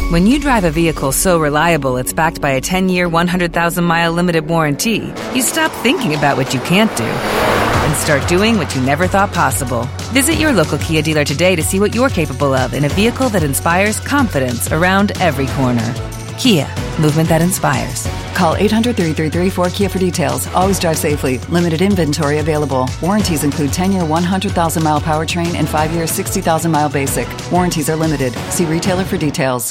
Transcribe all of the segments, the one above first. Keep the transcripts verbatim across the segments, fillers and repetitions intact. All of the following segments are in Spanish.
When you drive a vehicle so reliable it's backed by a ten-year, one hundred thousand mile limited warranty, you stop thinking about what you can't do and start doing what you never thought possible. Visit your local Kia dealer today to see what you're capable of in a vehicle that inspires confidence around every corner. Kia, movement that inspires. Call eight hundred, three three three, four K I A for details. Always drive safely. Limited inventory available. Warranties include ten-year, one hundred thousand mile powertrain and five-year, sixty thousand mile basic. Warranties are limited. See retailer for details.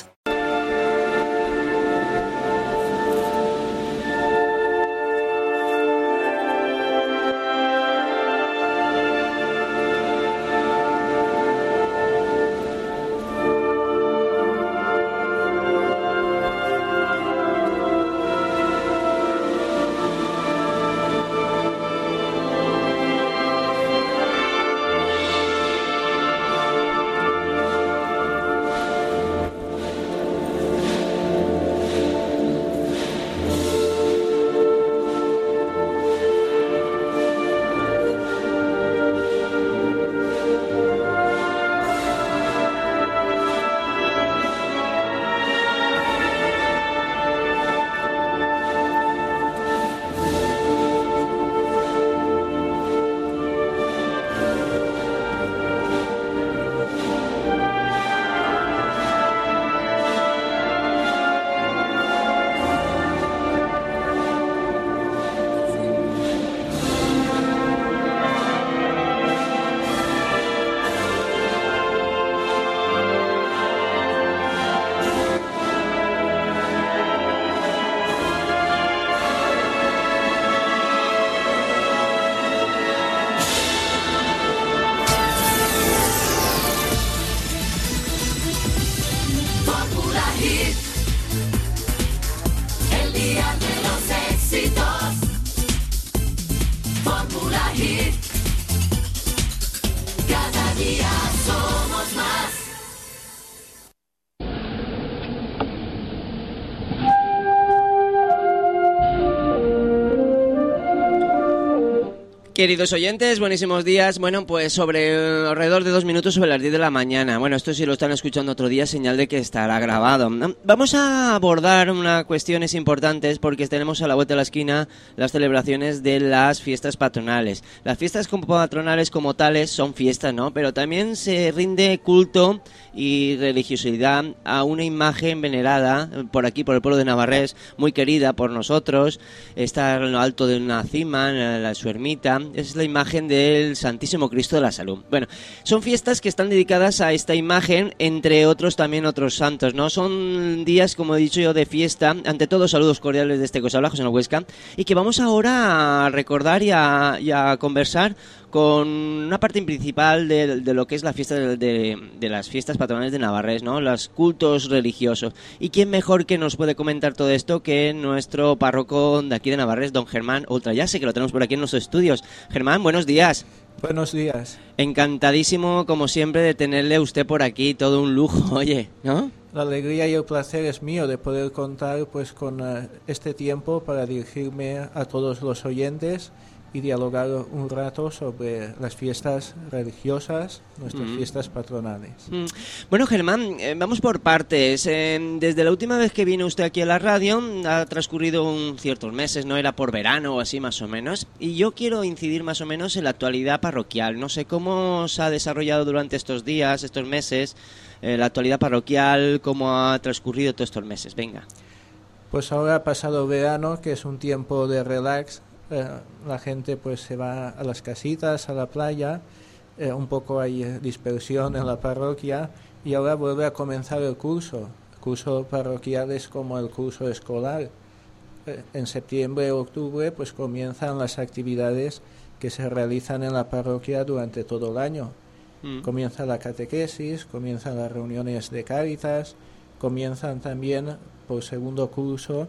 Queridos oyentes, buenísimos días. Bueno, pues sobre eh, alrededor de dos minutos sobre las diez de la mañana. Bueno, esto si lo están escuchando otro día, señal de que estará grabado. Vamos a abordar unas cuestiones importantes porque tenemos a la vuelta de la esquina las celebraciones de las fiestas patronales. Las fiestas patronales como tales son fiestas, ¿no? Pero también se rinde culto y religiosidad a una imagen venerada por aquí, por el pueblo de Navarrés, muy querida por nosotros. Está en lo alto de una cima, en la, su ermita. Es la imagen del Santísimo Cristo de la Salud. Bueno, son fiestas que están dedicadas a esta imagen, entre otros también otros santos, ¿no? Son días, como he dicho yo, de fiesta. Ante todo, saludos cordiales de este que os habla, José Manuel Huesca, y que vamos ahora a recordar y a, y a conversar con una parte principal de, de lo que es la fiesta de, de, de las fiestas patronales de Navarrés, ¿no? Los cultos religiosos. ¿Y quién mejor que nos puede comentar todo esto que nuestro párroco de aquí de Navarrés, don Germán Oltrayase, que lo tenemos por aquí en nuestros estudios? Germán, buenos días. Buenos días. Encantadísimo, como siempre, de tenerle usted por aquí, todo un lujo, oye, ¿no? La alegría y el placer es mío de poder contar pues con uh, este tiempo para dirigirme a todos los oyentes y dialogar un rato sobre las fiestas religiosas, nuestras mm. fiestas patronales. Mm. Bueno, Germán, eh, vamos por partes. Eh, desde la última vez que vino usted aquí a la radio, ha transcurrido un ciertos meses, no era por verano o así más o menos, y yo quiero incidir más o menos en la actualidad parroquial. No sé cómo se ha desarrollado durante estos días, estos meses, eh, la actualidad parroquial, cómo ha transcurrido todos estos meses. Venga. Pues ahora ha pasado verano, que es un tiempo de relax. Eh, la gente pues se va a las casitas, a la playa, eh, un poco hay dispersión en la parroquia y ahora vuelve a comenzar el curso. El curso parroquial es como el curso escolar. Eh, en septiembre o octubre pues comienzan las actividades que se realizan en la parroquia durante todo el año. Mm. Comienza la catequesis, comienzan las reuniones de Cáritas, comienzan también por segundo curso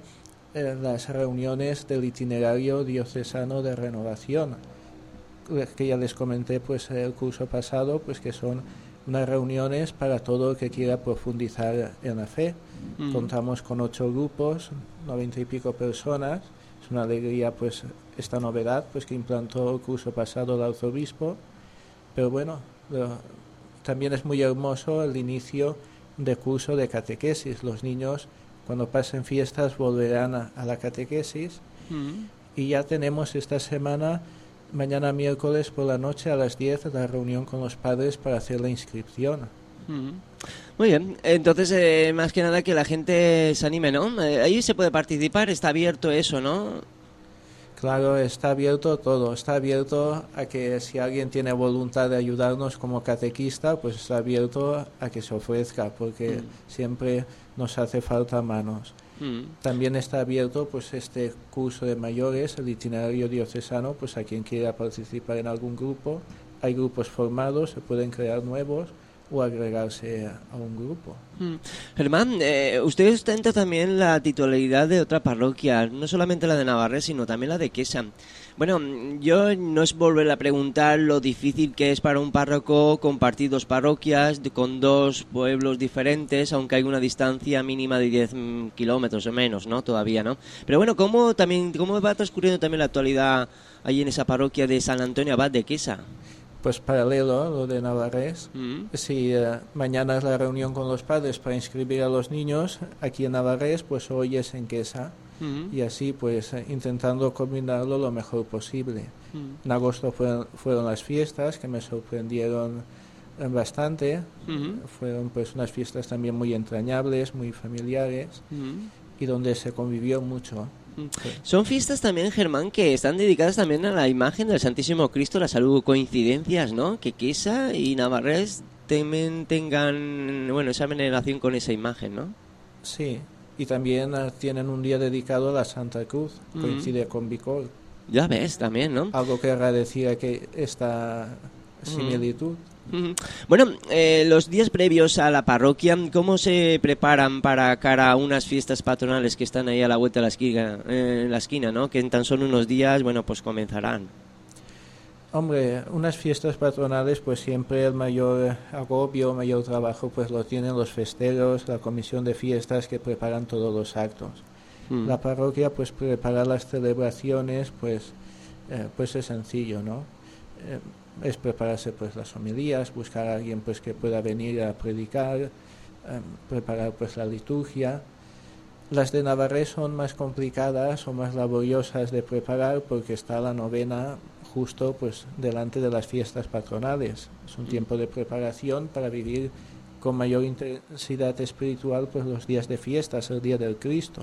las reuniones del itinerario diocesano de renovación, que ya les comenté pues el curso pasado, pues que son unas reuniones para todo el que quiera profundizar en la fe. Mm. Contamos con ocho grupos, noventa y pico personas. Es una alegría pues esta novedad pues que implantó el curso pasado el arzobispo, pero bueno, lo, también es muy hermoso el inicio de curso de catequesis. Los niños, cuando pasen fiestas, volverán a, a la catequesis. Mm. Y ya tenemos esta semana, mañana miércoles por la noche a las diez, la reunión con los padres para hacer la inscripción. Mm. Muy bien, entonces eh, más que nada que la gente se anime, ¿no? Eh, ahí se puede participar, está abierto eso, ¿no? Claro, está abierto todo, está abierto a que si alguien tiene voluntad de ayudarnos como catequista, pues está abierto a que se ofrezca, porque mm. siempre nos hace falta manos. Mm. También está abierto pues este curso de mayores, el itinerario diocesano, pues a quien quiera participar en algún grupo. Hay grupos formados, se pueden crear nuevos o agregarse a un grupo. Mm. Germán, eh, usted ostenta también la titularidad de otra parroquia, no solamente la de Navarrés, sino también la de Quesa. Bueno, yo no es volver a preguntar lo difícil que es para un párroco compartir dos parroquias con dos pueblos diferentes, aunque hay una distancia mínima de diez kilómetros o menos, ¿no? Todavía, ¿no? Pero bueno, ¿cómo también cómo va transcurriendo también la actualidad ahí en esa parroquia de San Antonio Abad de Quesa? Pues paralelo lo de Navarrés. Mm. Si uh, mañana es la reunión con los padres para inscribir a los niños aquí en Navarrés, pues hoy es en Quesa. Mm. Y así pues intentando combinarlo lo mejor posible. Mm. En agosto fueron, fueron las fiestas que me sorprendieron bastante. Mm. Fueron pues unas fiestas también muy entrañables, muy familiares. Mm. Y donde se convivió mucho. Sí. Son fiestas también, Germán, que están dedicadas también a la imagen del Santísimo Cristo, la salud, coincidencias, ¿no? Que Quesa y Navarrés también tengan, bueno, esa veneración con esa imagen, ¿no? Sí, y también uh, tienen un día dedicado a la Santa Cruz, mm. coincide con Bicol. Ya ves, también, ¿no? Algo que agradecía que esta similitud. Mm. Bueno, eh, los días previos a la parroquia, ¿cómo se preparan para cara a unas fiestas patronales que están ahí a la vuelta de la esquina, eh, en la esquina, ¿no? Que en tan solo unos días, bueno, pues comenzarán. Hombre, unas fiestas patronales, pues siempre el mayor agobio, mayor trabajo, pues lo tienen los festeros, la comisión de fiestas que preparan todos los actos. Mm. La parroquia, pues preparar las celebraciones, pues, eh, pues es sencillo, ¿no? Eh, es prepararse pues las homilías, buscar a alguien pues que pueda venir a predicar, eh, preparar pues la liturgia. Las de Navarrés son más complicadas o más laboriosas de preparar porque está la novena justo pues delante de las fiestas patronales. Es un tiempo de preparación para vivir con mayor intensidad espiritual pues los días de fiestas, el día del Cristo.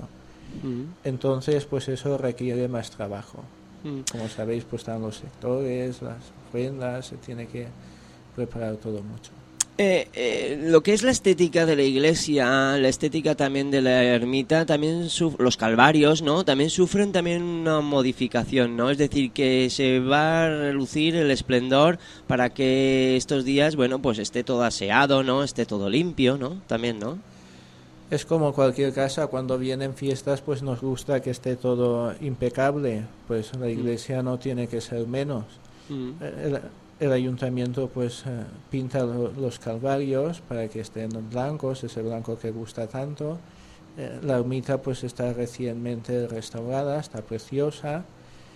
Entonces pues eso requiere más trabajo. Como sabéis, pues están los sectores, las ofrendas, se tiene que preparar todo mucho. Eh, eh, lo que es la estética de la iglesia, la estética también de la ermita, también suf- los calvarios, ¿no? También sufren también una modificación, ¿no? Es decir, que se va a relucir el esplendor para que estos días, bueno, pues esté todo aseado, ¿no? Esté todo limpio, ¿no? También, ¿no? Es como cualquier casa, cuando vienen fiestas pues nos gusta que esté todo impecable, pues la iglesia mm. no tiene que ser menos. Mm. El, el ayuntamiento pues eh, pinta lo, los calvarios para que estén blancos, ese blanco que gusta tanto. Eh, la ermita pues está recientemente restaurada, está preciosa.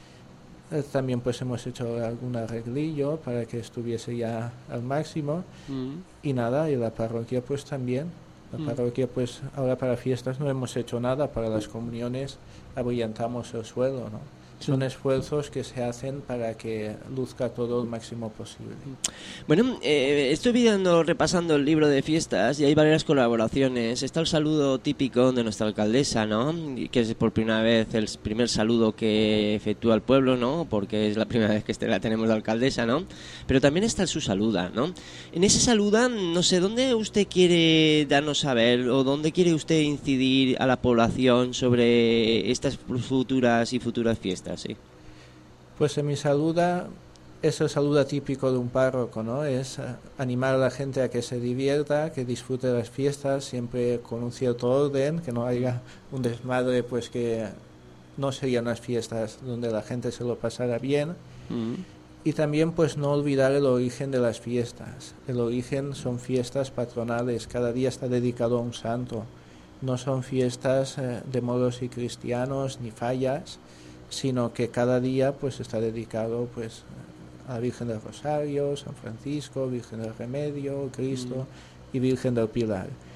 Eh, también pues hemos hecho algún arreglillo para que estuviese ya al máximo. Mm. Y nada, y la parroquia pues también. La parroquia, pues ahora para fiestas no hemos hecho nada, para las comuniones abrillantamos el suelo, ¿no? Son esfuerzos que se hacen para que luzca todo el máximo posible. Bueno, eh, estoy viendo, repasando el libro de fiestas y hay varias colaboraciones. Está el saludo típico de nuestra alcaldesa, ¿no? Que es por primera vez el primer saludo que efectúa el pueblo, ¿no? Porque es la primera vez que este la tenemos de alcaldesa, ¿no? Pero también está el su saluda, ¿no? En ese saluda, no sé, ¿dónde usted quiere darnos a ver o dónde quiere usted incidir a la población sobre estas futuras y futuras fiestas? Sí. Pues en mi saluda es el saluda típico de un párroco, ¿no? Es uh, animar a la gente a que se divierta, que disfrute de las fiestas, siempre con un cierto orden, que no haya un desmadre, pues que no serían unas fiestas donde la gente se lo pasara bien. Mm. Y también pues no olvidar el origen de las fiestas. El origen son fiestas patronales, cada día está dedicado a un santo. No son fiestas eh, de moros y cristianos ni fallas, sino que cada día pues está dedicado pues a la Virgen del Rosario, San Francisco, Virgen del Remedio, Cristo mm. y Virgen del Pilar.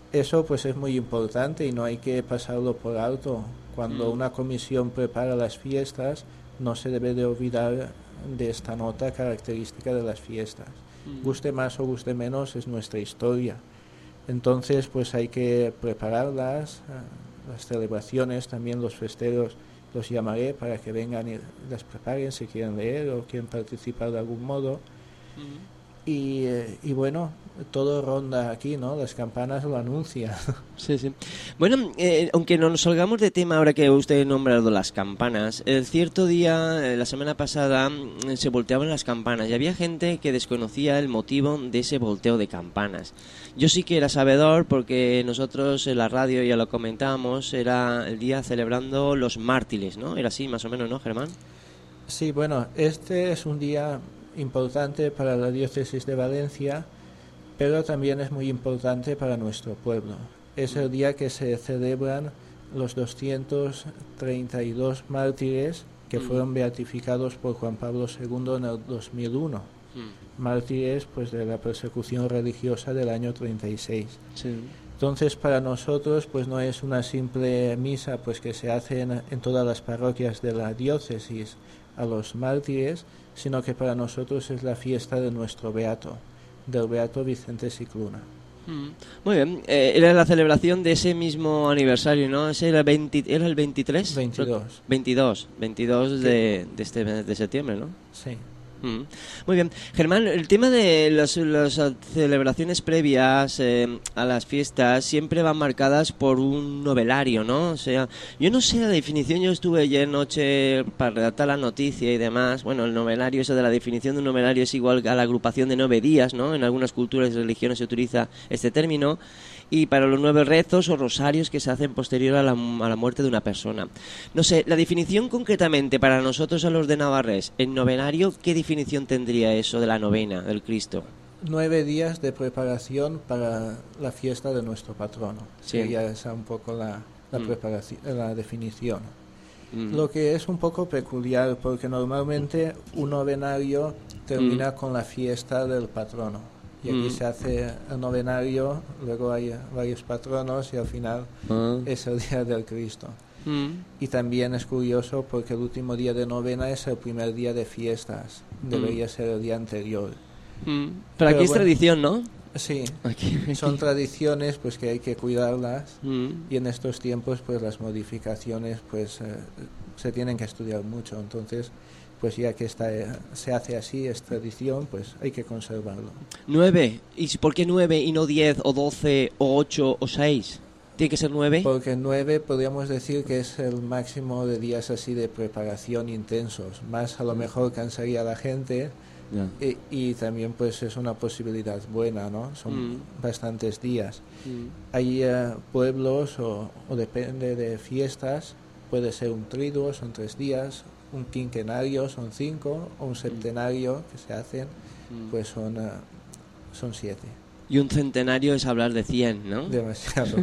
Eso pues es muy importante y no hay que pasarlo por alto. Cuando Mm. una comisión prepara las fiestas, no se debe de olvidar de esta nota característica de las fiestas. Mm. Guste más o guste menos, es nuestra historia. Entonces pues hay que prepararlas, eh, las celebraciones, también los festejos los llamaré para que vengan y las preparen si quieren leer o quieren participar de algún modo. Mm. Y, eh, y bueno, todo ronda aquí, ¿no? Las campanas lo anuncian. Sí, sí. Bueno, eh, aunque no nos salgamos de tema ahora que usted ha nombrado las campanas, el cierto día, eh, la semana pasada, mm, se volteaban las campanas y había gente que desconocía el motivo de ese volteo de campanas. Yo sí que era sabedor porque nosotros en la radio ya lo comentábamos, era el día celebrando los mártires, ¿no? Era así más o menos, ¿no, Germán? Sí, bueno, este es un día importante para la diócesis de Valencia, pero también es muy importante para nuestro pueblo. Es el día que se celebran los doscientos treinta y dos mártires que fueron beatificados por Juan Pablo segundo en el dos mil uno. Mm. Mártires pues de la persecución religiosa del año treinta y seis. Sí. Entonces para nosotros pues no es una simple misa pues que se hace en, en todas las parroquias de la diócesis a los mártires, sino que para nosotros es la fiesta de nuestro beato, del beato Vicente Scicluna. Mm. Muy bien, eh, era la celebración de ese mismo aniversario, ¿no? Ese era, veinte, ¿era el veintitrés? veintidós. veintidós, veintidós de, de este mes de septiembre, ¿no? Sí. Mm. Muy bien. Germán, el tema de las, las celebraciones previas eh, a las fiestas siempre van marcadas por un novelario, ¿no? O sea, yo no sé la definición, yo estuve ayer noche para redactar la noticia y demás. Bueno, el novelario, eso de la definición de un novelario es igual a la agrupación de nueve días, ¿no? En algunas culturas y religiones se utiliza este término. Y para los nueve rezos o rosarios que se hacen posterior a la, a la muerte de una persona. No sé, la definición concretamente para nosotros a los de Navarrés, el novenario, ¿qué definición tendría eso de la novena del Cristo? Nueve días de preparación para la fiesta de nuestro patrono. Sí. Sería esa un poco la, la, Mm. preparación, la definición. Mm. Lo que es un poco peculiar, porque normalmente un novenario termina Mm. con la fiesta del patrono. Y aquí Mm. se hace el novenario, luego hay varios patronos y al final Ah. es el día del Cristo. Mm. Y también es curioso porque el último día de novena es el primer día de fiestas. Debería Mm. ser ser el día anterior. Mm. Pero, Pero aquí es bueno. tradición, ¿no? Sí, Aquí. son tradiciones pues que hay que cuidarlas Mm. y en estos tiempos pues las modificaciones pues eh, se tienen que estudiar mucho. Entonces pues ya que está, eh, se hace así, es tradición, pues hay que conservarlo. Nueve. ¿Y por qué nueve y no diez o doce o ocho o seis? ¿Tiene que ser nueve? Porque nueve podríamos decir que es el máximo de días así de preparación intensos. Más a lo mejor cansaría a la gente Ya. y, y también pues es una posibilidad buena, ¿no? Son Mm. bastantes días. Mm. Hay eh, pueblos o, o depende de fiestas, puede ser un triduo, son tres días, un quinquenario son cinco, o un septenario que se hacen, Mm. pues son, eh, son siete. Y un centenario es hablar de cien, ¿no? Demasiado.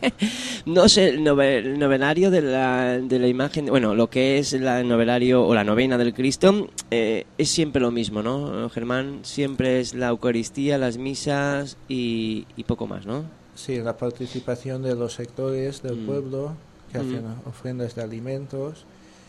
No sé, el, nove- el novenario de la, de la imagen, bueno, lo que es la- el novelario o la novena del Cristo, eh, es siempre lo mismo, ¿no, Germán? Siempre es la Eucaristía, las misas y, y poco más, ¿no? Sí, la participación de los sectores del Mm. pueblo que Mm. hacen ofrendas de alimentos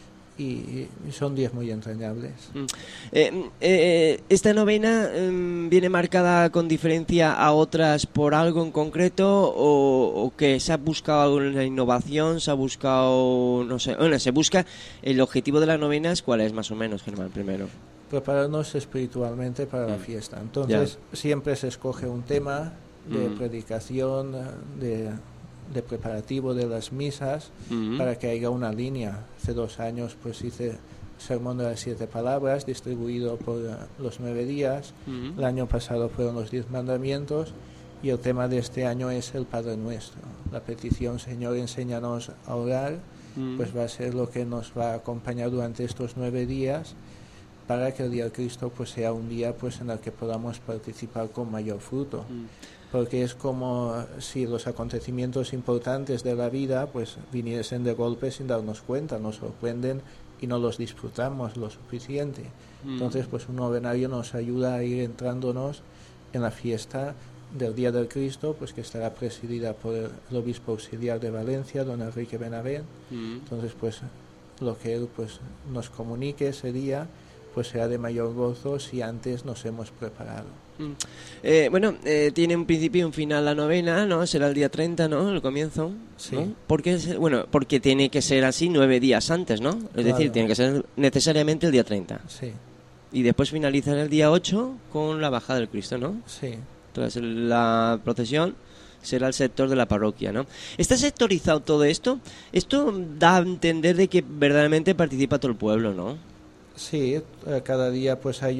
y, y son días muy entrañables. Mm. Eh, eh, ¿Esta novena eh, viene marcada con diferencia a otras por algo en concreto o, o que se ha buscado alguna innovación, se ha buscado, no sé, bueno, se busca, el objetivo de las novenas, ¿cuál es más o menos, Germán, primero? Prepararnos espiritualmente para la Mm. fiesta. Entonces siempre se escoge un tema de Mm. predicación, de, de preparativo de las misas Mm. para que haya una línea. Hace dos años pues hice Sermón de las Siete Palabras distribuido por uh, los nueve días. Mm. El año pasado fueron los diez mandamientos y el tema de este año es el Padre Nuestro. La petición, Señor, enséñanos a orar, Mm. pues va a ser lo que nos va a acompañar durante estos nueve días para que el día del Cristo pues sea un día pues en el que podamos participar con mayor fruto. Mm. Porque es como si los acontecimientos importantes de la vida pues viniesen de golpe sin darnos cuenta, nos sorprenden y no los disfrutamos lo suficiente. Mm. Entonces pues un novenario nos ayuda a ir entrándonos en la fiesta del Día del Cristo, pues que estará presidida por el, el obispo auxiliar de Valencia, don Enrique Benavent. Mm. Entonces, pues lo que él pues nos comunique ese día, pues será de mayor gozo si antes nos hemos preparado. Mm. Eh, bueno, eh, tiene un principio y un final la novena, ¿no? Será el día treinta, ¿no? El comienzo. Sí. ¿No? ¿Por qué? Bueno, porque tiene que ser así nueve días antes, ¿no? Es claro. decir, tiene que ser necesariamente el día treinta. Sí. Y después finaliza el día ocho con la bajada del Cristo, ¿no? Sí. Tras la procesión será el sector de la parroquia, ¿no? ¿Está sectorizado todo esto? Esto da a entender de que verdaderamente participa todo el pueblo, ¿no? Sí, cada día pues hay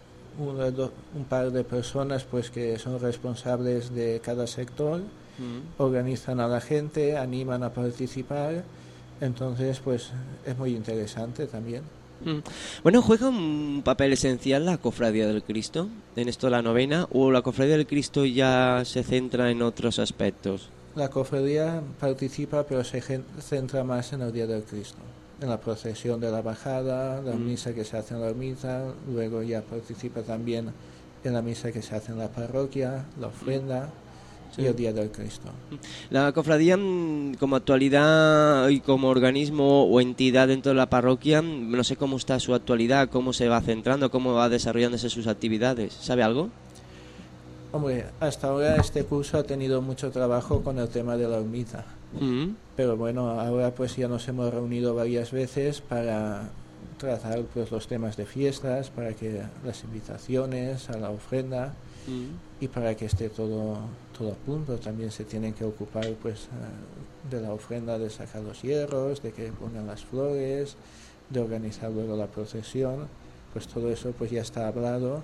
un, un par de personas pues que son responsables de cada sector, mm. organizan a la gente, animan a participar, entonces pues es muy interesante también. Mm. Bueno, ¿juega un papel esencial la Cofradía del Cristo en esto de la novena, o la Cofradía del Cristo ya se centra en otros aspectos? La Cofradía participa, pero se centra más en el Día del Cristo, en la procesión de la bajada, la mm. misa que se hace en la ermita, luego ya participa también en la misa que se hace en la parroquia, la ofrenda. Sí. Y el Día del Cristo. La cofradía, como actualidad y como organismo o entidad dentro de la parroquia, no sé cómo está su actualidad, cómo se va centrando, cómo va desarrollándose sus actividades. ¿Sabe algo? Hombre, hasta ahora este curso ha tenido mucho trabajo con el tema de la ermita. Mm-hmm. Pero bueno, ahora pues ya nos hemos reunido varias veces para tratar pues los temas de fiestas, para que las invitaciones a la ofrenda, mm. y para que esté todo todo a punto. También se tienen que ocupar pues uh, de la ofrenda, de sacar los hierros, de que pongan las flores, de organizar luego la procesión. Pues todo eso pues ya está hablado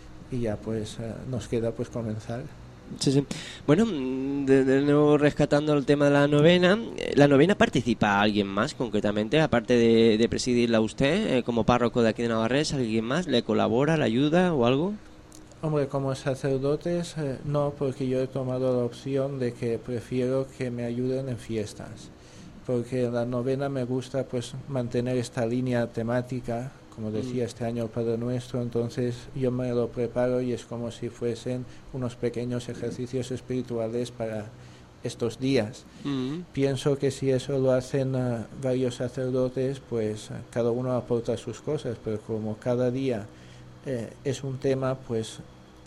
y ya pues uh, nos queda pues comenzar. Sí, sí. Bueno, de, de nuevo rescatando el tema de la novena, ¿la novena participa alguien más concretamente, aparte de, de presidirla usted, eh, como párroco de aquí de Navarrés? ¿Alguien más le colabora, le ayuda o algo? Hombre, como sacerdotes, eh, no, porque yo he tomado la opción de que prefiero que me ayuden en fiestas, porque en la novena me gusta pues mantener esta línea temática, como decía este año el Padre Nuestro, entonces yo me lo preparo y es como si fuesen unos pequeños ejercicios espirituales para estos días. Mm. Pienso que si eso lo hacen uh, varios sacerdotes, pues uh, cada uno aporta sus cosas, pero como cada día eh, es un tema, pues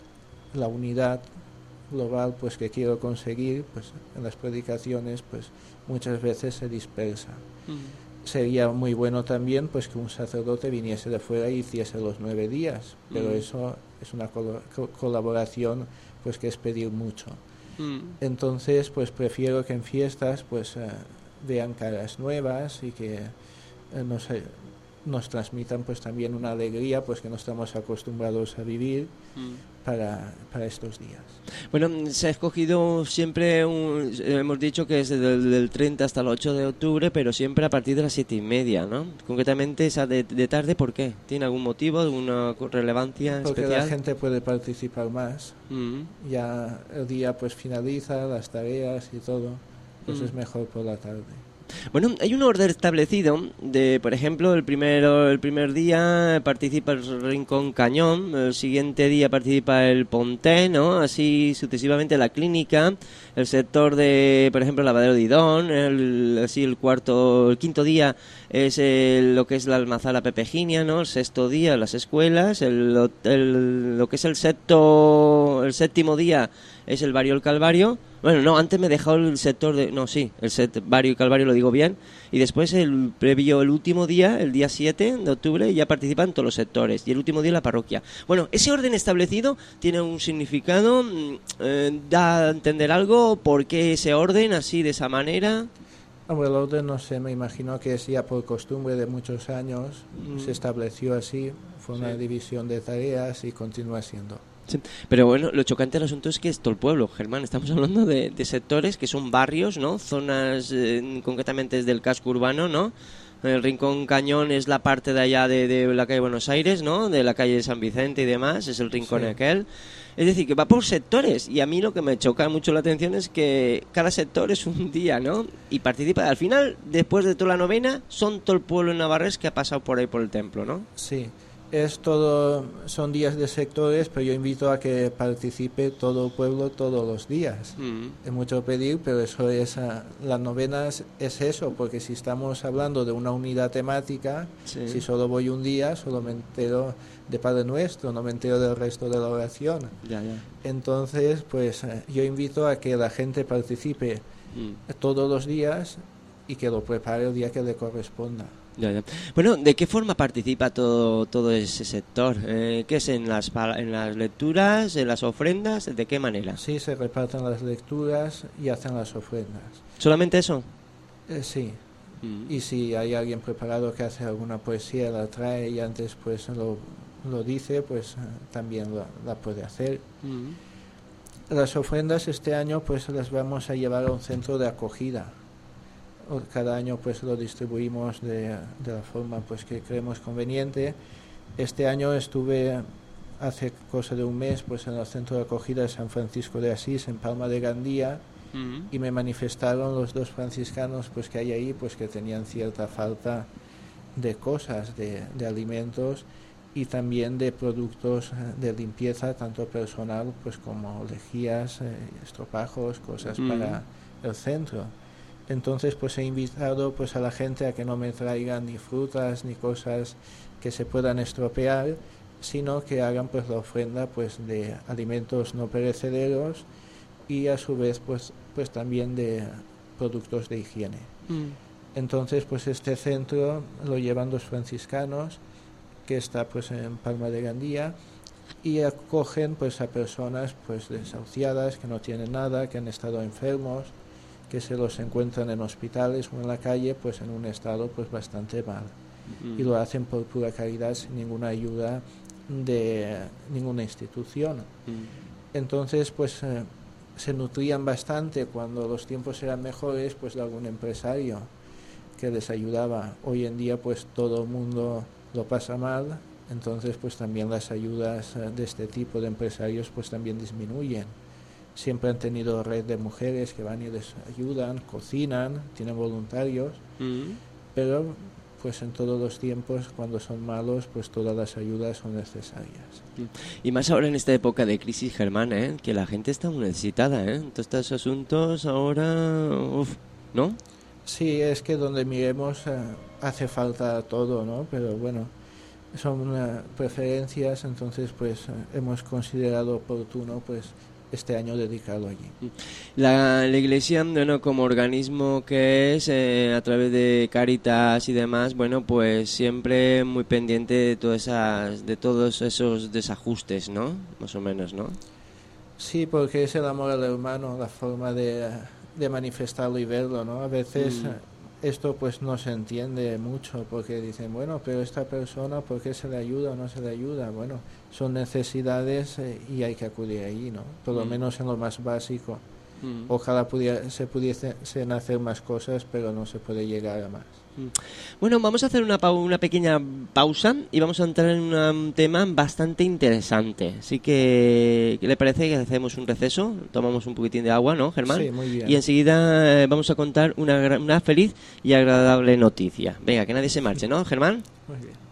la unidad global pues que quiero conseguir, pues en las predicaciones pues muchas veces se dispersa. Mm. Sería muy bueno también pues que un sacerdote viniese de fuera y hiciese los nueve días, pero mm. eso es una col- colaboración pues que es pedir mucho. Mm. Entonces pues prefiero que en fiestas pues uh, vean caras nuevas y que uh, nos, uh, nos transmitan pues también una alegría pues que no estamos acostumbrados a vivir mm. para, para estos días. Bueno, se ha escogido siempre, un, hemos dicho que es del, del treinta hasta el ocho de octubre, pero siempre a partir de las siete y media, ¿no? Concretamente esa de, de tarde, ¿por qué? ¿Tiene algún motivo, alguna relevancia Porque especial? La gente puede participar más. Mm. Ya el día pues finaliza, las tareas y todo, pues mm. es mejor por la tarde. Bueno, hay un orden establecido de, por ejemplo, el primero, el primer día participa el Rincón Cañón, el siguiente día participa el Ponté, ¿no? Así sucesivamente la Clínica, el sector de, por ejemplo, el Lavadero de Idón, el, así el cuarto, el quinto día es el, lo que es la Almazara Pepejinia, ¿no? El sexto día las escuelas, el, el, lo que es el sexto, el séptimo día es el Barrio del Calvario. Bueno, no, antes me he dejado el sector de... No, sí, el set Barrio y Calvario lo digo bien. Y después el previo, el último día, el día siete de octubre, ya participan todos los sectores. Y el último día la parroquia. Bueno, ese orden establecido tiene un significado. Eh, ¿Da a entender algo? ¿Por qué ese orden así, de esa manera? Hombre, el orden, no sé, me imagino que es ya por costumbre de muchos años. Mm. Se estableció así, fue una sí. división de tareas y continúa siendo. Sí, pero bueno, lo chocante del asunto es que es todo el pueblo, Germán. Estamos hablando de, de sectores que son barrios, ¿no? Zonas, eh, concretamente desde el casco urbano, ¿no? El Rincón Cañón es la parte de allá de, de la calle Buenos Aires, ¿no? De la calle de San Vicente y demás, es el rincón sí. aquel. Es decir, que va por sectores, y a mí lo que me choca mucho la atención es que cada sector es un día, ¿no? Y participa, al final, después de toda la novena, son todo el pueblo en Navarrés que ha pasado por ahí por el templo, ¿no? Sí. Es todo, son días de sectores, pero yo invito a que participe todo el pueblo todos los días. Mm. Es mucho pedir, pero eso es, uh, las novenas es eso, porque si estamos hablando de una unidad temática, sí. Si solo voy un día, solo me entero de Padre Nuestro, no me entero del resto de la oración. Ya, ya. Entonces, pues uh, yo invito a que la gente participe mm. todos los días y que lo prepare el día que le corresponda. Ya, ya. Bueno, ¿de qué forma participa todo todo ese sector? Eh, ¿Qué es en las en las lecturas, en las ofrendas? ¿De qué manera? Sí, se reparten las lecturas y hacen las ofrendas. ¿Solamente eso? Eh, sí. Mm. Y si hay alguien preparado que hace alguna poesía, la trae y antes pues lo, lo dice, pues también lo, la puede hacer. Mm. Las ofrendas este año pues las vamos a llevar a un centro de acogida. Cada año pues lo distribuimos de, de la forma pues que creemos conveniente. Este año estuve hace cosa de un mes pues en el centro de acogida de San Francisco de Asís en Palma de Gandía. Uh-huh. Y me manifestaron los dos franciscanos pues que hay ahí pues que tenían cierta falta de cosas, de, de alimentos y también de productos de limpieza tanto personal pues como lejías, eh, estropajos, cosas uh-huh. para el centro. Entonces pues he invitado pues a la gente a que no me traigan ni frutas ni cosas que se puedan estropear, sino que hagan pues la ofrenda pues de alimentos no perecederos y a su vez pues pues también de productos de higiene. Mm. Entonces pues este centro lo llevan dos franciscanos que está pues en Palma de Gandía y acogen pues a personas pues desahuciadas que no tienen nada, que han estado enfermos, que se los encuentran en hospitales o en la calle pues en un estado pues bastante mal. Mm. Y lo hacen por pura caridad sin ninguna ayuda de ninguna institución. Mm. Entonces pues eh, se nutrían bastante cuando los tiempos eran mejores pues de algún empresario que les ayudaba. Hoy en día pues todo el mundo lo pasa mal, entonces pues también las ayudas eh, de este tipo de empresarios pues también disminuyen. Siempre han tenido red de mujeres que van y les ayudan, cocinan, tienen voluntarios, mm. pero pues en todos los tiempos, cuando son malos, pues todas las ayudas son necesarias. Y más ahora en esta época de crisis, Germán, ¿eh? Que la gente está muy necesitada, ¿eh? Todos estos asuntos ahora, uf, ¿no? Sí, es que donde miremos eh, hace falta todo, ¿no? Pero bueno, son uh, preferencias, entonces pues eh, hemos considerado oportuno pues este año dedicado allí. La, la Iglesia, bueno, como organismo que es, eh, a través de Cáritas y demás, bueno, pues siempre muy pendiente de todas esas, de todos esos desajustes, ¿no? Más o menos, ¿no? Sí, porque es el amor al hermano, la forma de, de manifestarlo y verlo, ¿no? A veces mm. esto pues no se entiende mucho, porque dicen, bueno, pero esta persona, ¿por qué se le ayuda o no se le ayuda? Bueno, son necesidades eh, y hay que acudir ahí, ¿no? Por lo mm. menos en lo más básico. Mm. Ojalá pudiera, se pudiesen hacer más cosas, pero no se puede llegar a más. Mm. Bueno, vamos a hacer una, pau- una pequeña pausa y vamos a entrar en un tema bastante interesante. Así que, ¿qué le parece que hacemos un receso? Tomamos un poquitín de agua, ¿no, Germán? Sí, muy bien. Y enseguida eh, vamos a contar una, una feliz y agradable noticia. Venga, que nadie se marche, ¿no, Germán? Muy bien.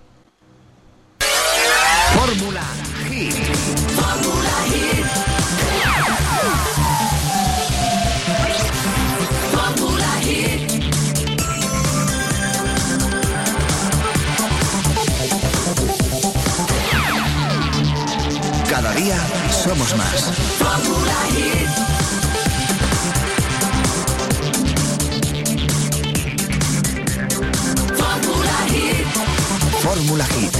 Fórmula Hit. Fórmula Hit. Fórmula Hit. Cada día somos más. Fórmula Hit. Fórmula Hit. Fórmula Hit.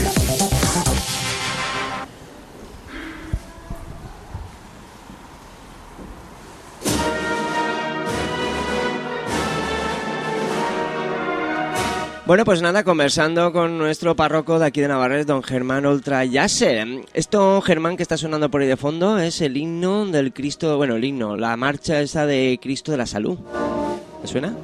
Bueno, pues nada, conversando con nuestro párroco de aquí de Navarrete, don Germán Oltrayase. Esto, Germán, que está sonando por ahí de fondo, es el himno del Cristo, bueno, el himno, la marcha esa de Cristo de la Salud. ¿Me suena?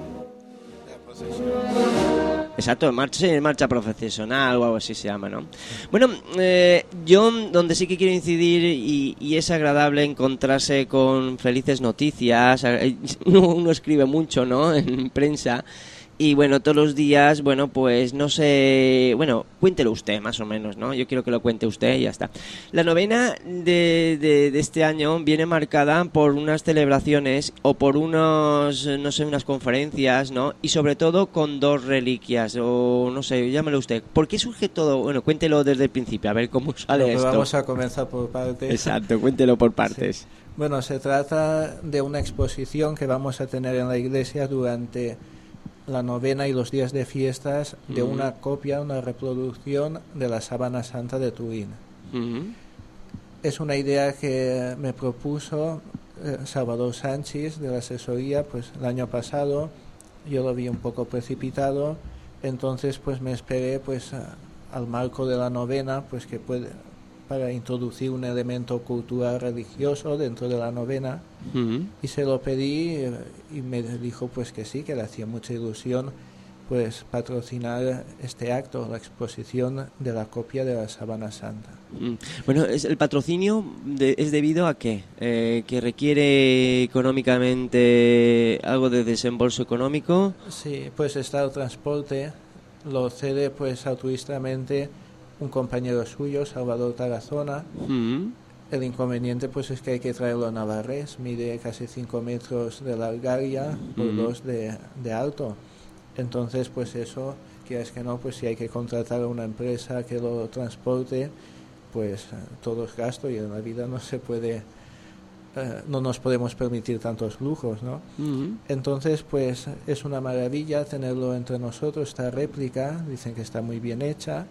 Exacto, marcha, marcha profesional o algo así se llama, ¿no? Bueno, eh, yo donde sí que quiero incidir y, y es agradable encontrarse con felices noticias, uno, uno escribe mucho, ¿no?, en prensa, Y bueno, todos los días, bueno, pues no sé, bueno, cuéntelo usted más o menos, ¿no? Yo quiero que lo cuente usted y ya está. La novena de, de, de este año viene marcada por unas celebraciones o por unos, no sé, unas conferencias, ¿no? Y sobre todo con dos reliquias, o no sé, llámelo usted. ¿Por qué surge todo? Bueno, cuéntelo desde el principio, a ver cómo sale Bueno, pues esto. vamos a comenzar por partes. Exacto, cuéntelo por partes. Sí. Bueno, se trata de una exposición que vamos a tener en la iglesia durante la novena y los días de fiestas de uh-huh. una copia, una reproducción de la Sábana Santa de Turín. Uh-huh. Es una idea que me propuso eh, Salvador Sánchez de la asesoría, pues el año pasado. Yo lo vi un poco precipitado, entonces pues me esperé pues a, al marco de la novena, pues que puede, para introducir un elemento cultural religioso dentro de la novena. Uh-huh. Y se lo pedí eh, y me dijo pues que sí, que le hacía mucha ilusión pues patrocinar este acto, la exposición de la copia de la Sábana Santa. Mm. Bueno, ¿es el patrocinio de, es debido a qué? Eh, ¿Que requiere económicamente algo de desembolso económico? Sí, pues está el transporte, lo cede pues altruistamente un compañero suyo, Salvador Tarazona. Mm. El inconveniente pues es que hay que traerlo a Navarrés, mide casi cinco metros de largaria por mm. dos de, de alto. Entonces pues eso, quieras que no, pues si hay que contratar a una empresa que lo transporte, pues todo es gasto y en la vida no se puede, eh, no nos podemos permitir tantos lujos, ¿no? Mm. Entonces pues es una maravilla tenerlo entre nosotros, esta réplica, dicen que está muy bien hecha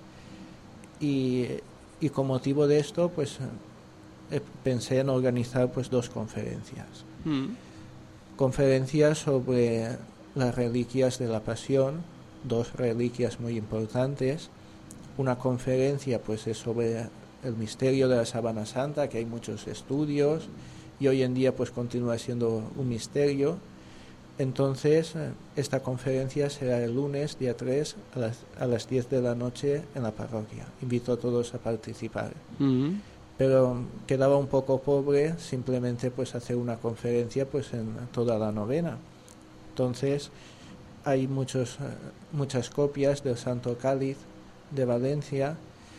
y, y con motivo de esto pues eh, pensé en organizar pues dos conferencias. Mm. Conferencias sobre las reliquias de la Pasión, dos reliquias muy importantes. Una conferencia pues es sobre el misterio de la Sábana Santa, que hay muchos estudios y hoy en día pues continúa siendo un misterio. Entonces esta conferencia será el lunes, día tres, a las, a las diez de la noche en la parroquia. Invito a todos a participar. Uh-huh. Pero quedaba un poco pobre simplemente pues hacer una conferencia pues en toda la novena. Entonces hay muchos, muchas copias del Santo Cáliz de Valencia,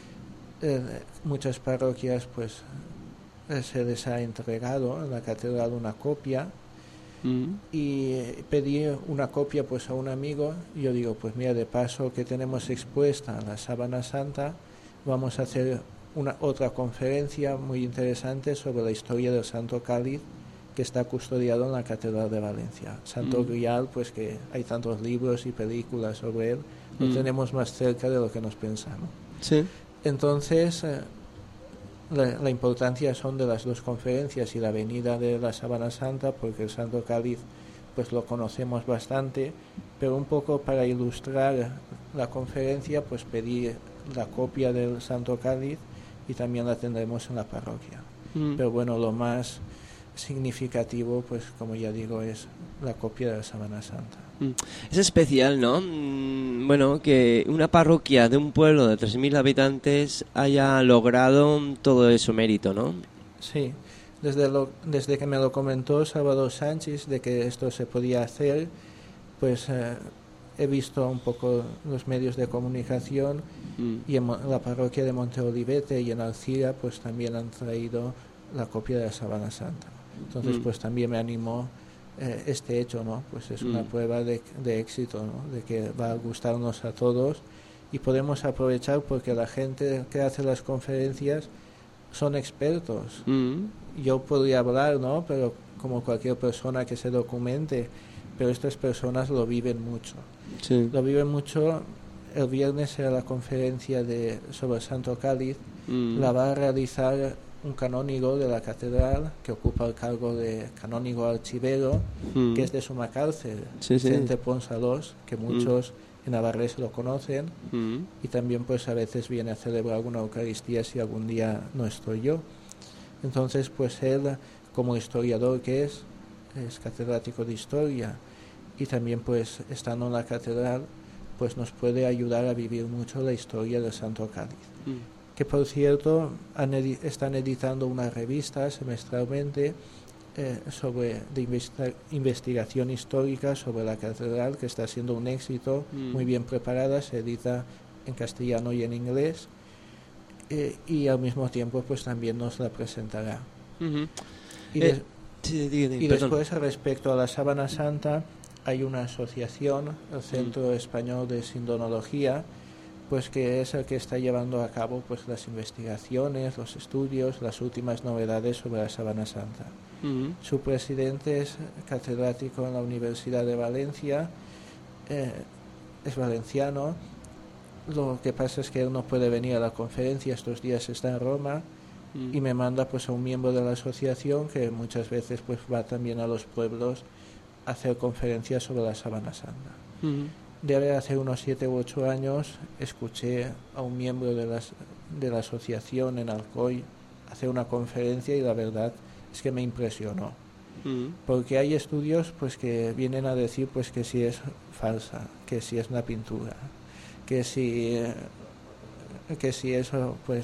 eh, muchas parroquias pues eh, se les ha entregado en la catedral una copia. Mm. Y pedí una copia pues a un amigo y yo digo pues mira, de paso que tenemos expuesta la Sábana Santa, vamos a hacer una otra conferencia muy interesante sobre la historia del Santo Cáliz, que está custodiado en la Catedral de Valencia. Santo mm. Grial, pues que hay tantos libros y películas sobre él, lo mm. tenemos más cerca de lo que nos pensamos. Sí. Entonces, eh, la, la importancia son de las dos conferencias y la venida de la Sábana Santa, porque el Santo Cáliz pues lo conocemos bastante, pero un poco para ilustrar la conferencia, pues pedí la copia del Santo Cáliz y también la tendremos en la parroquia. Mm. Pero bueno, lo más significativo, pues como ya digo, es la copia de la Sábana Santa. Es especial, ¿no? Bueno, que una parroquia de un pueblo de tres mil habitantes haya logrado todo ese mérito, ¿no? Sí, desde, lo, desde que me lo comentó Salvador Sánchez de que esto se podía hacer, pues eh, he visto un poco los medios de comunicación mm. y en la parroquia de Monteolivete y en Alcira pues también han traído la copia de la Sábana Santa. Entonces mm. pues también me animó eh, este hecho, ¿no? Pues es mm. una prueba de, de éxito, ¿no? De que va a gustarnos a todos y podemos aprovechar porque la gente que hace las conferencias son expertos. Mm. Yo podría hablar, ¿no? Pero como cualquier persona que se documente, pero estas personas lo viven mucho. Sí. Lo viven mucho. El viernes será la conferencia de sobre el Santo Cáliz. Mm. La va a realizar un canónigo de la catedral que ocupa el cargo de canónigo archivero, mm. que es de Sumacárcel, sí, Vicente sí. Ponsalós, que muchos mm. en Navarrés lo conocen, mm. y también pues a veces viene a celebrar alguna Eucaristía si algún día no estoy yo. Entonces pues él, como historiador que es, es catedrático de historia y también pues estando en la catedral pues nos puede ayudar a vivir mucho la historia del Santo Cáliz. Mm. Que por cierto han edi- están editando una revista semestralmente eh, sobre de investi- investigación histórica sobre la catedral, que está siendo un éxito, mm. muy bien preparada, se edita en castellano y en inglés, eh, y al mismo tiempo pues también nos la presentará. Uh-huh. Y, de- eh, sí, di, di, y después, respecto a la Sábana Santa, hay una asociación, el Centro uh-huh. Español de Sindonología, pues que es el que está llevando a cabo pues las investigaciones, los estudios, las últimas novedades sobre la Sábana Santa. Uh-huh. Su presidente es catedrático en la Universidad de Valencia, eh, es valenciano. Lo que pasa es que él no puede venir a la conferencia, estos días está en Roma, uh-huh. y me manda pues a un miembro de la asociación que muchas veces pues va también a los pueblos a hacer conferencias sobre la Sábana Santa. Uh-huh. Debe hace unos siete u ocho años escuché a un miembro de, las, de la asociación en Alcoy hacer una conferencia y la verdad es que me impresionó. Uh-huh. Porque hay estudios pues que vienen a decir pues que si es falsa, que si es una pintura, que si que si eso pues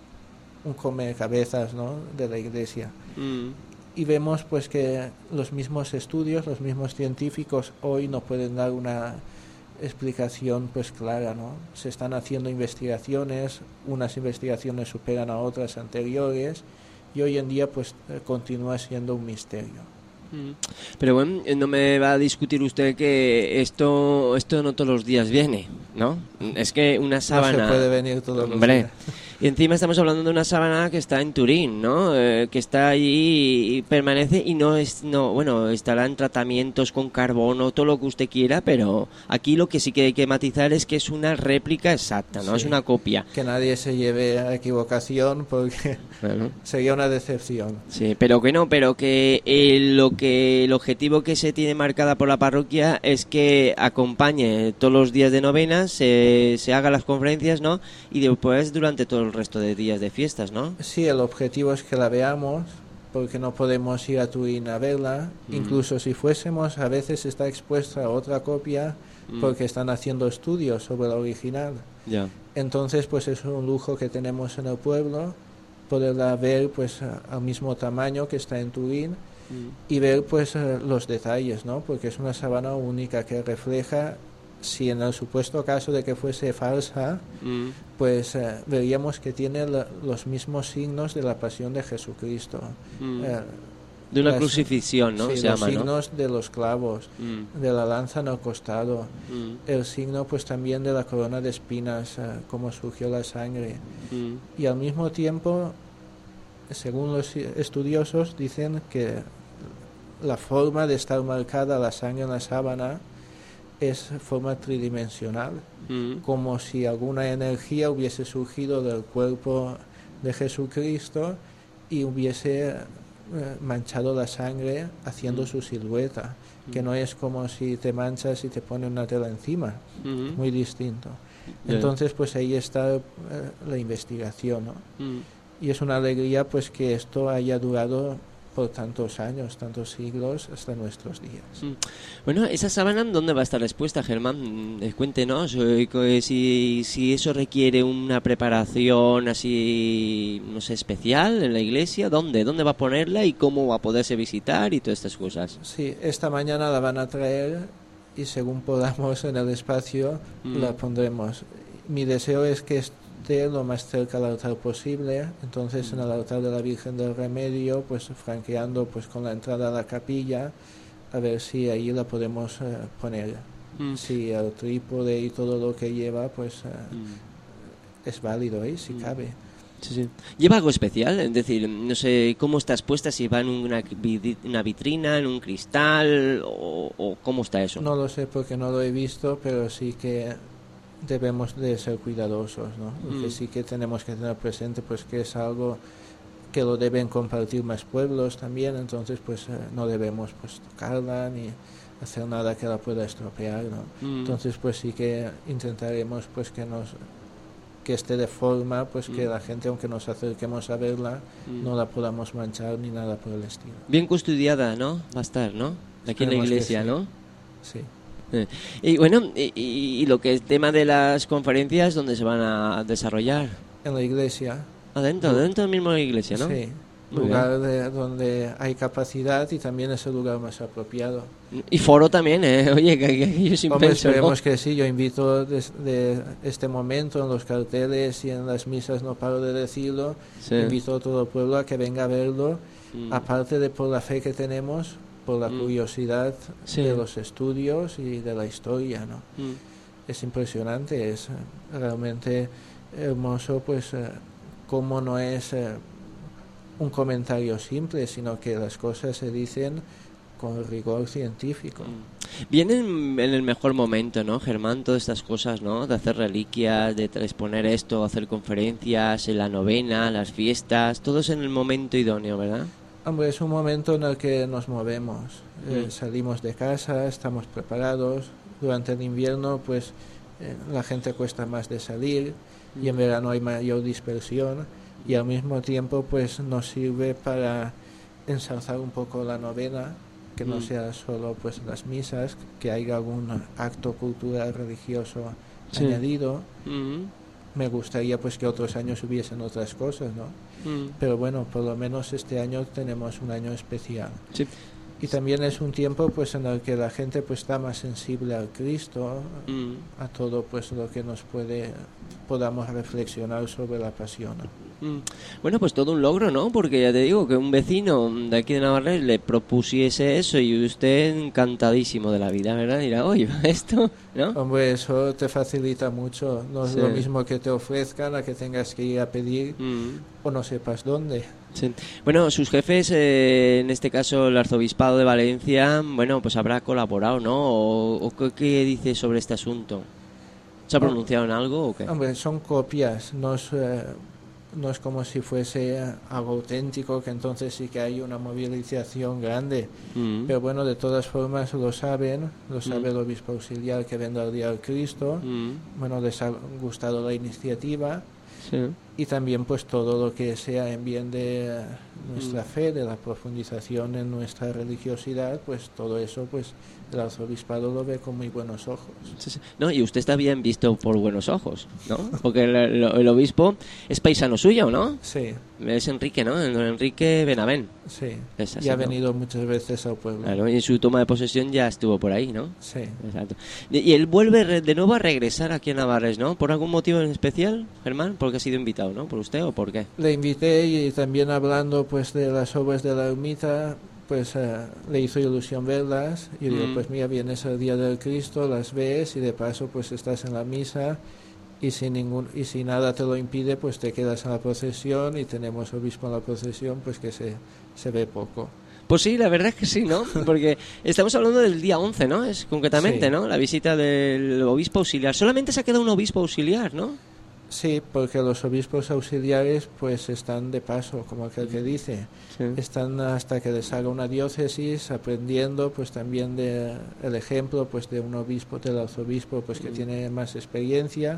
un come cabezas, ¿no?, de la Iglesia. Uh-huh. Y vemos pues que los mismos estudios, los mismos científicos hoy no pueden dar una explicación pues clara, ¿no? Se están haciendo investigaciones, unas investigaciones superan a otras anteriores y hoy en día pues continúa siendo un misterio. Pero bueno, no me va a discutir usted que esto esto no todos los días viene, ¿no? Es que una sábana... No se puede venir todos los Hombre, días. Y encima estamos hablando de una sábana que está en Turín, ¿no? Eh, que está allí y permanece y no es... no bueno, estará en tratamientos con carbono, todo lo que usted quiera, pero aquí lo que sí que hay que matizar es que es una réplica exacta, ¿no? Sí, es una copia. Que nadie se lleve a equivocación porque bueno. sería una decepción. Sí, pero que no, pero que eh, lo que el objetivo que se tiene marcada por la parroquia es que acompañe todos los días de novenas, se, se haga las conferencias, ¿no? Y después durante todo el resto de días de fiestas, ¿no? Sí, el objetivo es que la veamos, porque no podemos ir a Turín a verla. Mm. Incluso si fuésemos, a veces está expuesta a otra copia, mm. porque están haciendo estudios sobre la original. Yeah. Entonces, pues es un lujo que tenemos en el pueblo, poderla ver pues al mismo tamaño que está en Turín, mm. y ver pues los detalles, ¿no? Porque es una sábana única que refleja, si en el supuesto caso de que fuese falsa, mm. pues eh, veríamos que tiene la, los mismos signos de la pasión de Jesucristo. Mm. Eh, de una las, crucifixión, ¿no? Sí, Se los llama, signos, ¿no?, de los clavos, mm. de la lanza en el costado, mm. el signo pues también de la corona de espinas, eh, cómo surgió la sangre. Mm. Y al mismo tiempo, según los estudiosos, dicen que la forma de estar marcada la sangre en la sábana es forma tridimensional, mm. como si alguna energía hubiese surgido del cuerpo de Jesucristo y hubiese eh, manchado la sangre haciendo mm. su silueta, mm. que no es como si te manchas y te pone una tela encima, mm. muy distinto. Yeah. Entonces pues ahí está eh, la investigación, ¿no? Mm. Y es una alegría pues que esto haya durado por tantos años, tantos siglos, hasta nuestros días. Mm. Bueno, ¿esa sábana dónde va a estar expuesta, Germán? Eh, cuéntenos, eh, si, si eso requiere una preparación así, no sé, especial en la iglesia, ¿dónde? ¿Dónde va a ponerla y cómo va a poderse visitar y todas estas cosas? Sí, esta mañana la van a traer y según podamos en el espacio mm. la pondremos. Mi deseo es que esté lo más cerca al altar posible, entonces en el altar de la Virgen del Remedio, pues franqueando pues con la entrada a la capilla, a ver si ahí la podemos eh, poner. Mm. Si el trípode y todo lo que lleva, pues eh, mm. es válido, ¿eh? Si mm. cabe. Sí, sí. ¿Lleva algo especial? Es decir, no sé cómo está expuesta, si va en una, una vitrina, en un cristal, o, o cómo está eso. No lo sé porque no lo he visto, pero sí que debemos de ser cuidadosos, ¿no? Porque mm. sí que tenemos que tener presente pues que es algo que lo deben compartir más pueblos también, entonces pues eh, no debemos pues tocarla ni hacer nada que la pueda estropear, ¿no? Mm. Entonces pues sí que intentaremos pues que nos que esté de forma pues mm. que la gente, aunque nos acerquemos a verla, mm. no la podamos manchar ni nada por el estilo. Bien custodiada, ¿no? Va a estar, ¿no? Aquí Esperemos en la iglesia, sí. ¿no? Sí. Y bueno, y, y lo que es tema de las conferencias, ¿dónde se van a desarrollar? En la iglesia. Adentro, dentro del mismo de la iglesia, ¿no? Sí. Muy lugar de, donde hay capacidad y también es el lugar más apropiado. Y foro también, ¿eh? Oye, que, que yo siempre Hombre, pienso, esperemos ¿no? que sí. Yo invito desde este momento en los carteles y en las misas, no paro de decirlo, Sí. invito a todo el pueblo a que venga a verlo, Mm. aparte de por la fe que tenemos, por la Mm. curiosidad Sí. de los estudios y de la historia, ¿no? Mm. Es impresionante, es eh, realmente hermoso, pues eh, cómo no es eh, un comentario simple, sino que las cosas se dicen con rigor científico. Vienen en el mejor momento, ¿no, Germán? Todas estas cosas, ¿no? De hacer reliquias, de exponer esto, hacer conferencias, en la novena, las fiestas, todo es en el momento idóneo, ¿verdad? Hombre, es un momento en el que nos movemos, eh, Mm. salimos de casa, estamos preparados. Durante el invierno, pues eh, la gente cuesta más de salir y en verano hay mayor dispersión y al mismo tiempo, pues nos sirve para ensalzar un poco la novena, que no Mm. sea solo pues las misas, que haya algún acto cultural religioso Sí. añadido. Mm. Me gustaría pues que otros años hubiesen otras cosas, ¿no? Mm. Pero bueno, por lo menos este año tenemos un año especial. Sí. Y también es un tiempo pues en el que la gente pues está más sensible al Cristo, Mm. a todo pues lo que nos puede podamos reflexionar sobre la pasión. Mm. Bueno, pues todo un logro, ¿no? Porque ya te digo que un vecino de aquí de Navarrés le propusiese eso y usted encantadísimo de la vida, ¿verdad? Dirá, oye, esto, ¿no? Hombre, eso te facilita mucho. No es Sí. lo mismo que te ofrezcan a que tengas que ir a pedir Mm. o no sepas dónde. Sí. Bueno, sus jefes, eh, en este caso el Arzobispado de Valencia, bueno, pues habrá colaborado, ¿no? ¿O, o qué, qué dice sobre este asunto? ¿Se ha pronunciado en algo o qué? Hombre, son copias, no es, eh, no es como si fuese eh, algo auténtico, que entonces sí que hay una movilización grande. Mm. Pero bueno, de todas formas lo saben, lo sabe Mm. el obispo auxiliar que vendrá el día del Cristo. Mm. Bueno, les ha gustado la iniciativa Sí. y también pues todo lo que sea en bien de eh, nuestra Mm. fe, de la profundización en nuestra religiosidad, pues todo eso pues el arzobispado lo ve con muy buenos ojos. Sí, sí. No, y usted está bien visto por buenos ojos, ¿no? Porque el, el- el obispo es paisano suyo, ¿no? Sí, Es Enrique, ¿no? Don Enrique Benavent. sí. Es así, y ha ¿no? venido muchas veces al pueblo. Claro, y en su toma de posesión ya estuvo por ahí, ¿no? Sí. Exacto. Y y él vuelve re- de nuevo a regresar aquí a Navarres, ¿no? ¿Por algún motivo en especial, Germán? ¿Porque ha sido invitado, no? ¿Por usted o por qué? Le invité y también hablando pues de las obras de la ermita, pues eh, le hizo ilusión verlas y digo, Mm. pues mira, vienes al día del Cristo, las ves y de paso pues estás en la misa y si ningún y si nada te lo impide, pues te quedas en la procesión y tenemos obispo en la procesión, pues que se, se ve poco. Pues sí, la verdad es que sí, ¿no? Porque estamos hablando del día once, ¿no? Es concretamente, Sí. ¿no? La visita del obispo auxiliar. Solamente se ha quedado un obispo auxiliar, ¿no? Sí, porque los obispos auxiliares pues están de paso, como aquel que dice. Sí. Están hasta que les haga una diócesis aprendiendo pues también de el ejemplo pues de un obispo, del arzobispo pues que Mm. tiene más experiencia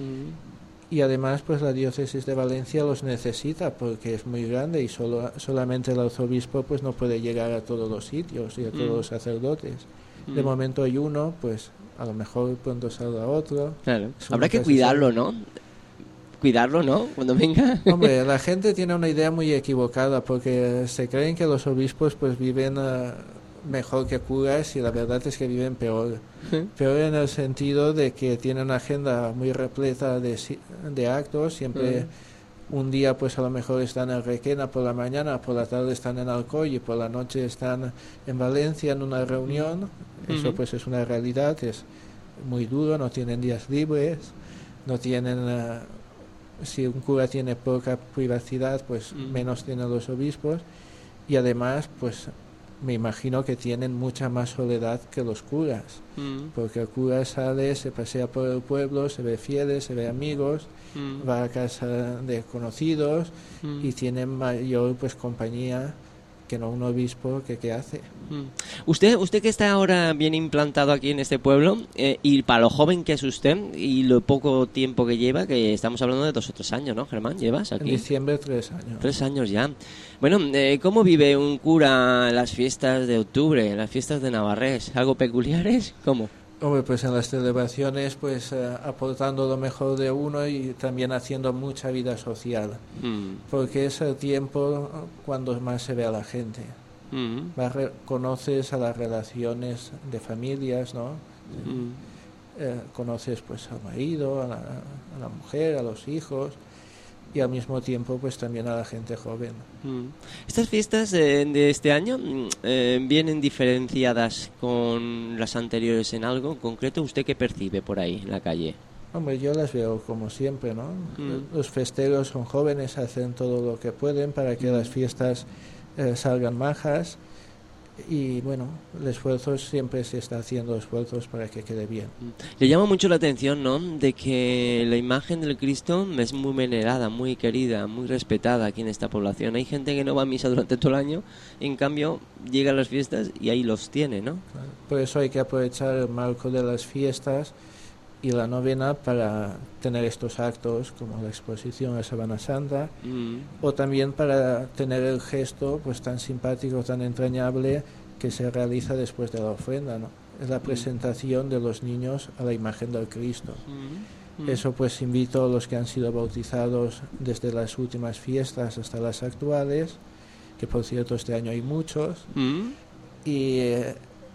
Mm. y además pues la diócesis de Valencia los necesita porque es muy grande y solo solamente el arzobispo pues no puede llegar a todos los sitios y a todos Mm. los sacerdotes. De Mm. momento hay uno, pues a lo mejor pronto salga otro. Claro. Eso Habrá que nunca se cuidarlo, ¿no? Cuidarlo, ¿no? Cuando venga. Hombre, la gente tiene una idea muy equivocada porque se creen que los obispos pues viven eh, mejor que curas y la verdad es que viven peor. Peor en el sentido de que tienen una agenda muy repleta de, si- de actos, siempre un día pues a lo mejor están en Requena por la mañana, por la tarde están en Alcoy y por la noche están en Valencia en una reunión. Eso Ujú. pues es una realidad, es muy duro, no tienen días libres, no tienen... eh, si un cura tiene poca privacidad, pues Mm. menos tienen los obispos y además, pues me imagino que tienen mucha más soledad que los curas, Mm. porque el cura sale, se pasea por el pueblo, se ve fieles, se ve amigos, Mm. va a casa de conocidos Mm. y tiene mayor pues compañía que no un obispo que qué hace. Mm. Usted, usted que está ahora bien implantado aquí en este pueblo, eh, y para lo joven que es usted y lo poco tiempo que lleva, que estamos hablando de dos o tres años, ¿no, Germán? ¿Llevas En aquí? diciembre tres años. Tres años ya. Bueno, eh, ¿cómo vive un cura las fiestas de octubre, las fiestas de Navarrés? ¿Algo peculiares? ¿Cómo? Hombre, pues en las celebraciones, pues eh, aportando lo mejor de uno y también haciendo mucha vida social, Mm. porque es el tiempo cuando más se ve a la gente. Mm. Más re- conoces a las relaciones de familias, ¿no? Mm. Eh, conoces pues al marido, a la, a la mujer, a los hijos y al mismo tiempo pues también a la gente joven. Mm. Estas fiestas eh, de este año mm, eh, vienen diferenciadas con las anteriores en algo en concreto. ¿Usted qué percibe por ahí en la calle? Hombre, yo las veo como siempre, ¿no? Mm. Los festeros son jóvenes, hacen todo lo que pueden para que las fiestas eh, salgan majas y bueno, el esfuerzo siempre se está haciendo esfuerzos para que quede bien. Le llama mucho la atención, ¿no?, de que la imagen del Cristo es muy venerada, muy querida, muy respetada aquí en esta población. Hay gente que no va a misa durante todo el año, en cambio llegan las fiestas y ahí los tiene, ¿no? Por eso hay que aprovechar el marco de las fiestas y la novena para tener estos actos como la exposición a Semana Santa, Mm. o también para tener el gesto pues tan simpático, tan entrañable que se realiza después de la ofrenda, ¿no? Es la presentación de los niños a la imagen del Cristo. Mm. Mm. Eso pues invito a los que han sido bautizados desde las últimas fiestas hasta las actuales, que por cierto este año hay muchos, Mm. y, eh,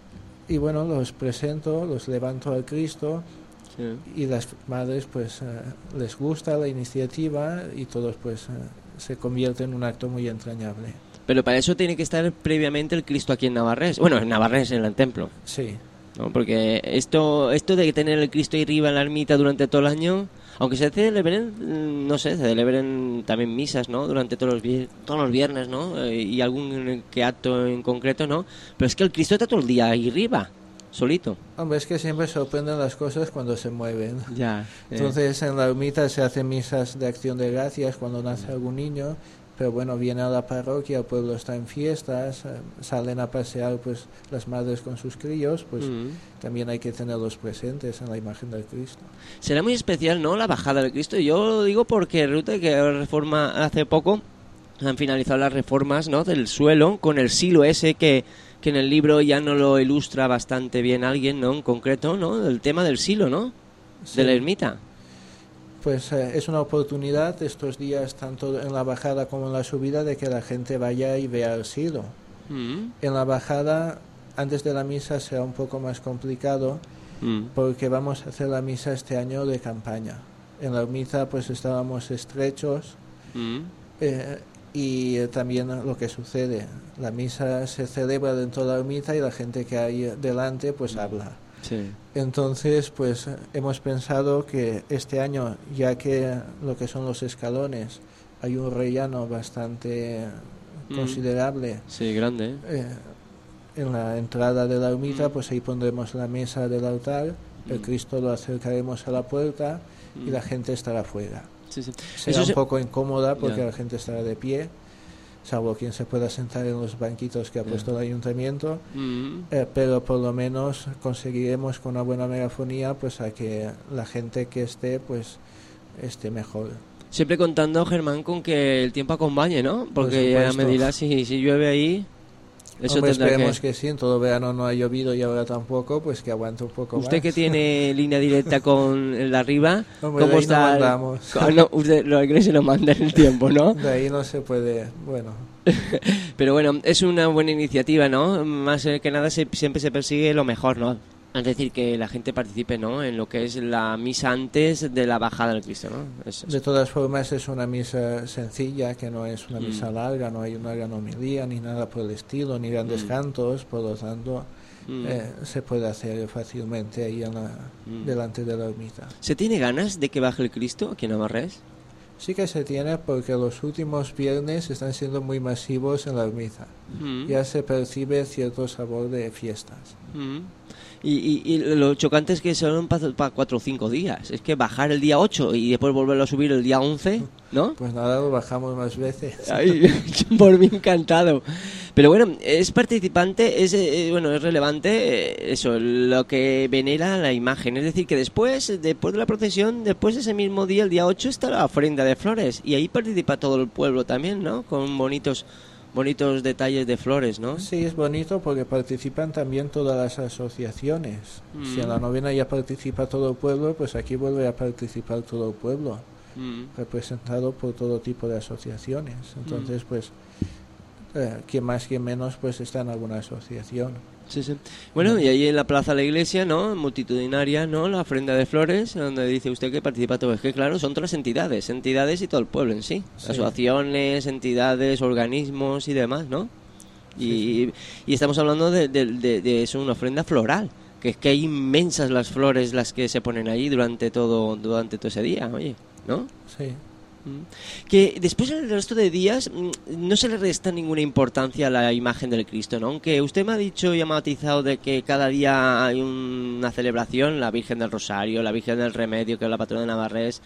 y bueno, los presento, los levanto al Cristo. Sí. Y las madres pues eh, les gusta la iniciativa y todos pues eh, se convierte en un acto muy entrañable. Pero para eso tiene que estar previamente el Cristo aquí en Navarrés. Bueno, en Navarrés, en el templo, Sí, ¿no? Porque esto esto de tener el Cristo ahí arriba en la ermita durante todo el año, aunque se celebren, mm, no sé, se celebren también misas, ¿no?, durante todos los, vier- todos los viernes, ¿no?, Eh, y algún que acto en concreto, ¿no? Pero es que el Cristo está todo el día ahí arriba, solito. hombre, es que siempre sorprenden las cosas cuando se mueven. Ya. Entonces en la ermita se hacen misas de acción de gracias cuando nace algún niño, pero bueno, viene a la parroquia, el pueblo está en fiestas, eh, salen a pasear pues las madres con sus críos, pues Mm. también hay que tenerlos presentes en la imagen del Cristo. Será muy especial, ¿no?, la bajada del Cristo. Yo lo digo porque resulta que la reforma hace poco han finalizado las reformas, ¿no?, del suelo con el silo ese que que en el libro ya no lo ilustra bastante bien alguien, ¿no?, en concreto, ¿no?, el tema del silo, ¿no?, Sí. de la ermita. Pues eh, es una oportunidad estos días, tanto en la bajada como en la subida, de que la gente vaya y vea el silo. Mm. En la bajada, antes de la misa, será un poco más complicado Mm. porque vamos a hacer la misa este año de campaña. En la ermita pues estábamos estrechos Mm. eh, y eh, también lo que sucede, la misa se celebra dentro de la ermita y la gente que hay delante pues habla. Sí. Entonces, pues hemos pensado que este año, ya que lo que son los escalones, hay un rellano bastante Mm. considerable Sí, grande, ¿eh? eh, en la entrada de la ermita, pues ahí pondremos la mesa del altar, el Mm. Cristo lo acercaremos a la puerta y Mm. la gente estará fuera. Sí, sí. Será Eso un se- poco incómoda porque Ya. la gente estará de pie, salvo quien se pueda sentar en los banquitos que ha Ya. puesto el ayuntamiento. Mm. Eh, pero por lo menos conseguiremos con una buena megafonía pues a que la gente que esté pues esté mejor. Siempre contando, Germán, con que el tiempo acompañe, ¿no? Porque ya supuesto. me dirás si, si llueve ahí. Eso Hombre, tendrá esperemos que... que... sí, en todo verano no ha llovido y ahora tampoco, pues que aguante un poco Usted más. que tiene línea directa con el de arriba, Hombre, ¿cómo de ahí no está? mandamos. Ah, no, usted lo que se lo manda en el tiempo, ¿no? De ahí no se puede, bueno, Pero bueno, es una buena iniciativa, ¿no? Más eh, que nada se- siempre se persigue lo mejor, ¿no? Es decir, que la gente participe, ¿no?, en lo que es la misa antes de la bajada del Cristo, ¿no? Eso. de todas formas es una misa sencilla, que no es una Mm. misa larga, no hay una gran homilía ni nada por el estilo, ni grandes Mm. cantos, por lo tanto Mm. eh, se puede hacer fácilmente ahí en la, Mm. delante de la ermita. ¿Se tiene ganas de que baje el Cristo aquí en Navarrés? Sí que se tiene porque los últimos viernes están siendo muy masivos en la ermita. Mm. Ya se percibe cierto sabor de fiestas. Mm. Y, y, y lo chocante es que son para cuatro o cinco días. Es que bajar el día ocho y después volverlo a subir el día once, ¿no? Pues nada, lo bajamos más veces. Ay, por mí encantado. Pero bueno, es participante, es eh, bueno, es relevante eh, eso, lo que venera la imagen. Es decir, que después, después de la procesión, después de ese mismo día, el día ocho, está la ofrenda de flores. Y ahí participa todo el pueblo también, ¿no? Con bonitos bonitos detalles de flores, ¿no? Sí, es bonito porque participan también todas las asociaciones. Mm. Si en la novena ya participa todo el pueblo, pues aquí vuelve a participar todo el pueblo, mm. representado por todo tipo de asociaciones. Entonces, mm. pues, eh, quien más, quien menos, pues está en alguna asociación. Sí, sí. Bueno, y ahí en la plaza de la iglesia, ¿no? Multitudinaria, ¿no? La ofrenda de flores, donde dice usted que participa todo. Es que, claro, son todas las entidades, entidades y todo el pueblo en sí. sí. Asociaciones, entidades, organismos y demás, ¿no? Y, sí, sí. y estamos hablando de, de, de, de eso, una ofrenda floral. Que es que hay inmensas las flores las que se ponen ahí durante todo, durante todo ese día, oye, ¿no? Sí. Que después el resto de días no se le resta ninguna importancia a la imagen del Cristo, ¿no? Aunque usted me ha dicho y ha matizado de que cada día hay una celebración, la Virgen del Rosario, la Virgen del Remedio, que es la patrona de Navarrés,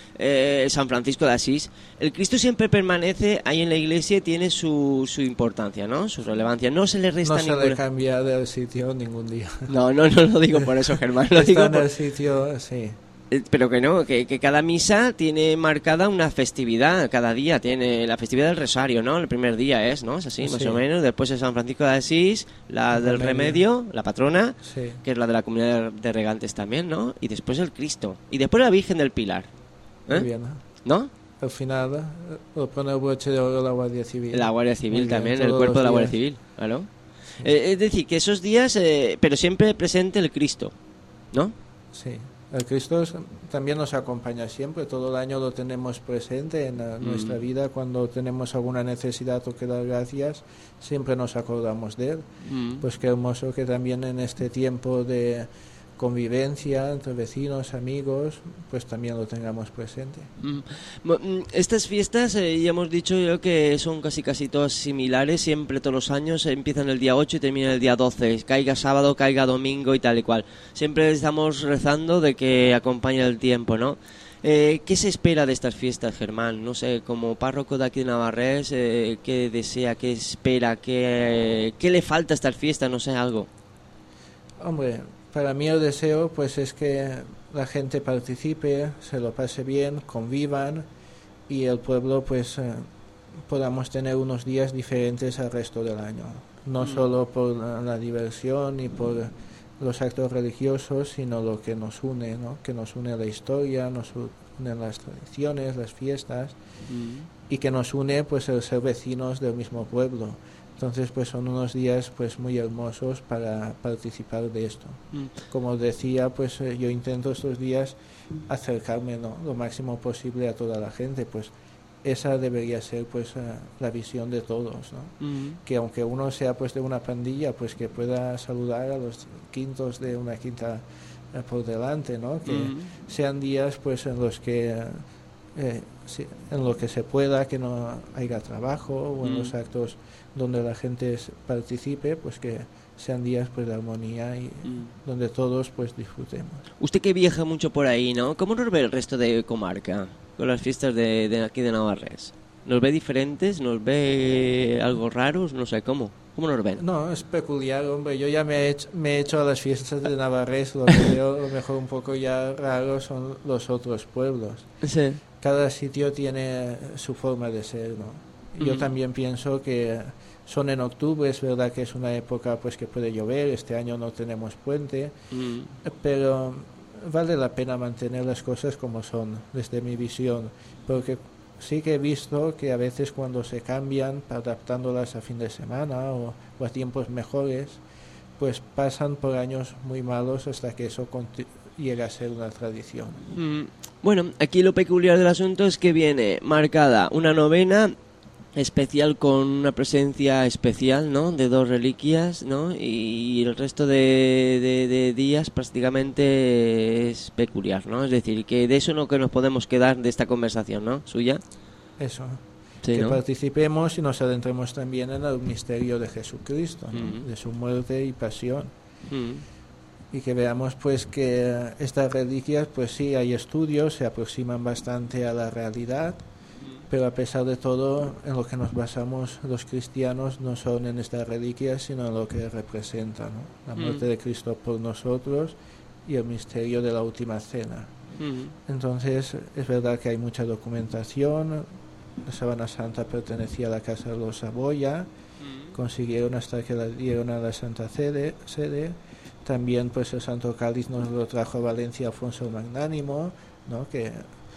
eh, San Francisco de Asís, el Cristo siempre permanece ahí en la iglesia y tiene su, su importancia, ¿no? Su relevancia, no se le resta no ninguna... No se le cambia del sitio ningún día. No, no, no lo digo por eso, Germán, lo Está digo en por... el sitio, sí. Pero que no, que, que cada misa tiene marcada una festividad, cada día tiene la festividad del Rosario, ¿no? El primer día es, ¿no? Es así, más sí. o menos. Después es San Francisco de Asís, la el del Remedio, Remedio, la patrona, sí. que es la de la comunidad de regantes también, ¿no? Y después el Cristo. Y después la Virgen del Pilar. ¿Eh? Muy bien. ¿No? Al final lo pone el broche de oro la Guardia Civil. La Guardia Civil también, el cuerpo de la Guardia Civil, claro. Sí. Eh, es decir, que esos días, eh, pero siempre presente el Cristo, ¿no? Sí. El Cristo también nos acompaña siempre, todo el año lo tenemos presente en la, mm. nuestra vida. Cuando tenemos alguna necesidad o que dar gracias, siempre nos acordamos de él. Mm. Pues qué hermoso que también en este tiempo de convivencia entre vecinos, amigos, pues también lo tengamos presente. Mm. Estas fiestas, eh, ya hemos dicho yo que son casi casi todas similares, siempre todos los años empiezan el día ocho y terminan el día doce, caiga sábado, caiga domingo y tal y cual. Siempre estamos rezando de que acompañe el tiempo, ¿no? Eh, ¿Qué se espera de estas fiestas, Germán? No sé, como párroco de aquí de Navarrés, eh, ¿qué desea, qué espera, qué, qué le falta a estas fiestas? No sé, algo. Hombre, para mí el deseo pues es que la gente participe, se lo pase bien, convivan y el pueblo pues eh, podamos tener unos días diferentes al resto del año. No mm. solo por la, la diversión y por los actos religiosos, sino lo que nos une, ¿no? Que nos une la historia, nos unen las tradiciones, las fiestas mm. y que nos une pues el ser vecinos del mismo pueblo. Entonces pues son unos días pues muy hermosos para participar de esto. Mm. Como decía, pues eh, yo intento estos días acercarme, ¿no? lo máximo posible a toda la gente, pues esa debería ser pues uh, la visión de todos, ¿no? Mm. Que aunque uno sea pues de una pandilla, pues que pueda saludar a los quintos de una quinta uh, por delante, ¿no? Que mm. sean días pues en los que eh, sí, en lo que se pueda, que no haya trabajo o en mm. los actos donde la gente participe, pues que sean días pues de armonía y mm. donde todos pues disfrutemos. Usted que viaja mucho por ahí, ¿no? ¿Cómo nos ve el resto de comarca con las fiestas de, de aquí de Navarrés? ¿Nos ve diferentes? ¿Nos ve algo raros? No sé, ¿cómo? ¿Cómo nos ven? No, es peculiar, hombre. Yo ya me he hecho, me he hecho a las fiestas de Navarrés, lo que veo lo mejor un poco ya raro son los otros pueblos. Sí. Cada sitio tiene su forma de ser, ¿no? Yo mm. también pienso que son en octubre, es verdad que es una época pues que puede llover, este año no tenemos puente, mm. pero vale la pena mantener las cosas como son, desde mi visión, porque sí que he visto que a veces cuando se cambian, adaptándolas a fin de semana o, o a tiempos mejores, pues pasan por años muy malos hasta que eso conti- llega a ser una tradición. Mm. Bueno, aquí lo peculiar del asunto es que viene marcada una novena especial con una presencia especial, ¿no? De dos reliquias, ¿no? Y el resto de, de, de días prácticamente es peculiar, ¿no? Es decir, que de eso es lo que nos podemos quedar de esta conversación, ¿no? Suya. Eso. Sí, que ¿no? participemos y nos adentremos también en el misterio de Jesucristo, ¿no? Mm. De su muerte y pasión. Mm. Y que veamos pues que estas reliquias, pues sí, hay estudios, se aproximan bastante a la realidad, pero a pesar de todo, en lo que nos basamos los cristianos no son en estas reliquias, sino en lo que representa, ¿no? La muerte mm. de Cristo por nosotros y el misterio de la última cena. Mm. Entonces, es verdad que hay mucha documentación, la sábana santa pertenecía a la casa de los Saboya, mm. consiguieron hasta que la dieron a la Santa Sede, sede. También pues el Santo Cáliz nos lo trajo a Valencia Alfonso el Magnánimo, ¿no? Que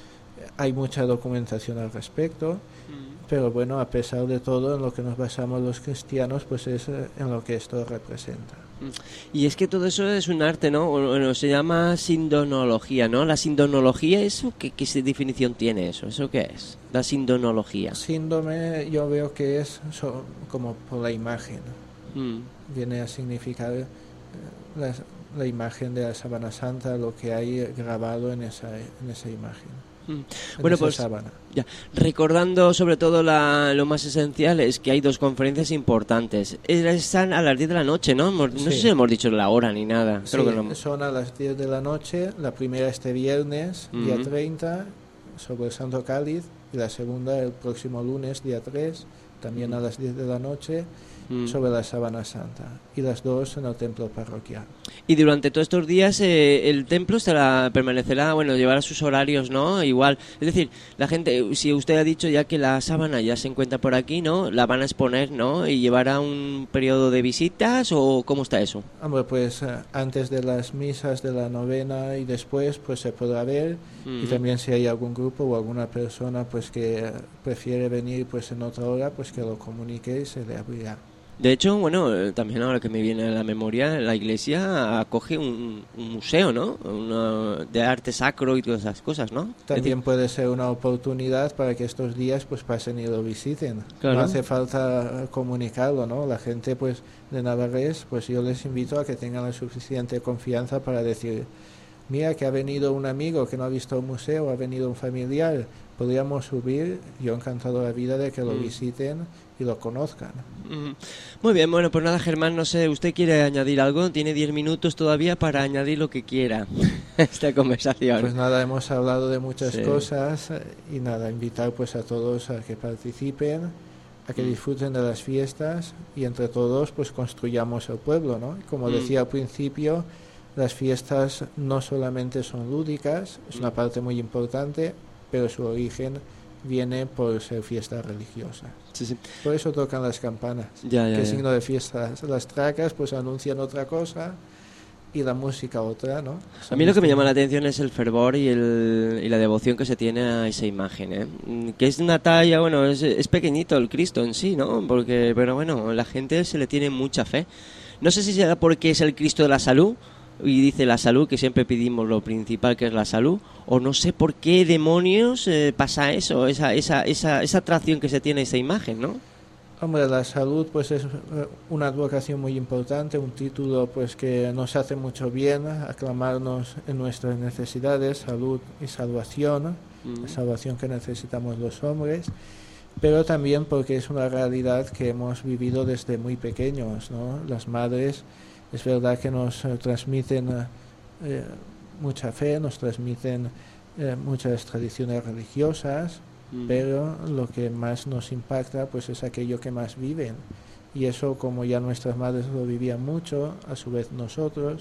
hay mucha documentación al respecto, mm. pero bueno, a pesar de todo, en lo que nos basamos los cristianos, pues es en lo que esto representa. Y es que todo eso es un arte, ¿no? Bueno, se llama sindonología, ¿no? La sindonología, ¿eso qué, qué definición tiene eso? ¿Eso qué es? La sindonología. Síndome yo veo que es so, como por la imagen. Mm. Viene a significar eh, la, la imagen de la sábana santa, lo que hay grabado en esa, en esa imagen. Mm. Bueno, pues sábana. Ya, recordando sobre todo la, lo más esencial es que hay dos conferencias importantes. Están a las diez de la noche, ¿no? No sí. sé si hemos dicho la hora ni nada. Sí, Creo que no. Son a las diez de la noche. La primera este viernes, uh-huh. día treinta, sobre el Santo Cáliz, y la segunda el próximo lunes, día tres, también uh-huh. a las diez de la noche, uh-huh. sobre la sábana santa. Y las dos en el templo parroquial. Y durante todos estos días eh, el templo estará, permanecerá, bueno, llevará sus horarios, ¿no? Igual, es decir, la gente, si usted ha dicho ya que la sábana ya se encuentra por aquí, ¿no? La van a exponer, ¿no? ¿Y llevará un periodo de visitas o cómo está eso? Hombre, pues eh, antes de las misas de la novena y después, pues se podrá ver. Mm. Y también si hay algún grupo o alguna persona, pues que prefiere venir, pues en otra hora, pues que lo comunique y se le abrirá. De hecho, bueno, también ahora que me viene a la memoria, la iglesia acoge un, un museo, ¿no? Una, de arte sacro y todas esas cosas, ¿no? También puede ser una oportunidad para que estos días pues pasen y lo visiten. Claro. No hace falta comunicarlo, ¿no? La gente pues de Navarrés, pues yo les invito a que tengan la suficiente confianza para decir, mira que ha venido un amigo que no ha visto un museo, ha venido un familiar, podríamos subir, yo encantado la vida de que lo mm. visiten y lo conozcan. Mm. Muy bien, bueno, pues nada, Germán, no sé, ¿usted quiere añadir algo? Tiene diez minutos todavía para añadir lo que quiera a esta conversación. Pues nada, hemos hablado de muchas sí. cosas y nada, invitar pues a todos a que participen, a que mm. disfruten de las fiestas y entre todos pues construyamos el pueblo, ¿no? Como mm. decía al principio, las fiestas no solamente son lúdicas, es una parte muy importante, pero su origen viene por ser fiestas religiosas. Sí, sí. Por eso tocan las campanas. Ya, ya, ¿Qué ya. signo de fiestas? Las tracas pues anuncian otra cosa y la música otra, ¿no? A mí lo que me llama la atención es el fervor y, el, y la devoción que se tiene a esa imagen, ¿eh? Que es una talla, bueno, es, es pequeñito el Cristo en sí, ¿no? Porque, pero bueno, la gente se le tiene mucha fe. No sé si será porque es el Cristo de la salud, y dice la salud, que siempre pedimos lo principal que es la salud, o no sé por qué demonios eh, pasa eso, esa, esa, esa, esa atracción que se tiene a esa imagen, ¿no? Hombre, la salud pues es una advocación muy importante, un título pues que nos hace mucho bien aclamarnos en nuestras necesidades, salud y salvación, mm. la salvación que necesitamos los hombres, pero también porque es una realidad que hemos vivido desde muy pequeños, ¿no? Las madres es verdad que nos eh, transmiten eh, mucha fe, nos transmiten eh, muchas tradiciones religiosas, mm. pero lo que más nos impacta pues es aquello que más viven. Y eso, como ya nuestras madres lo vivían mucho, a su vez nosotros,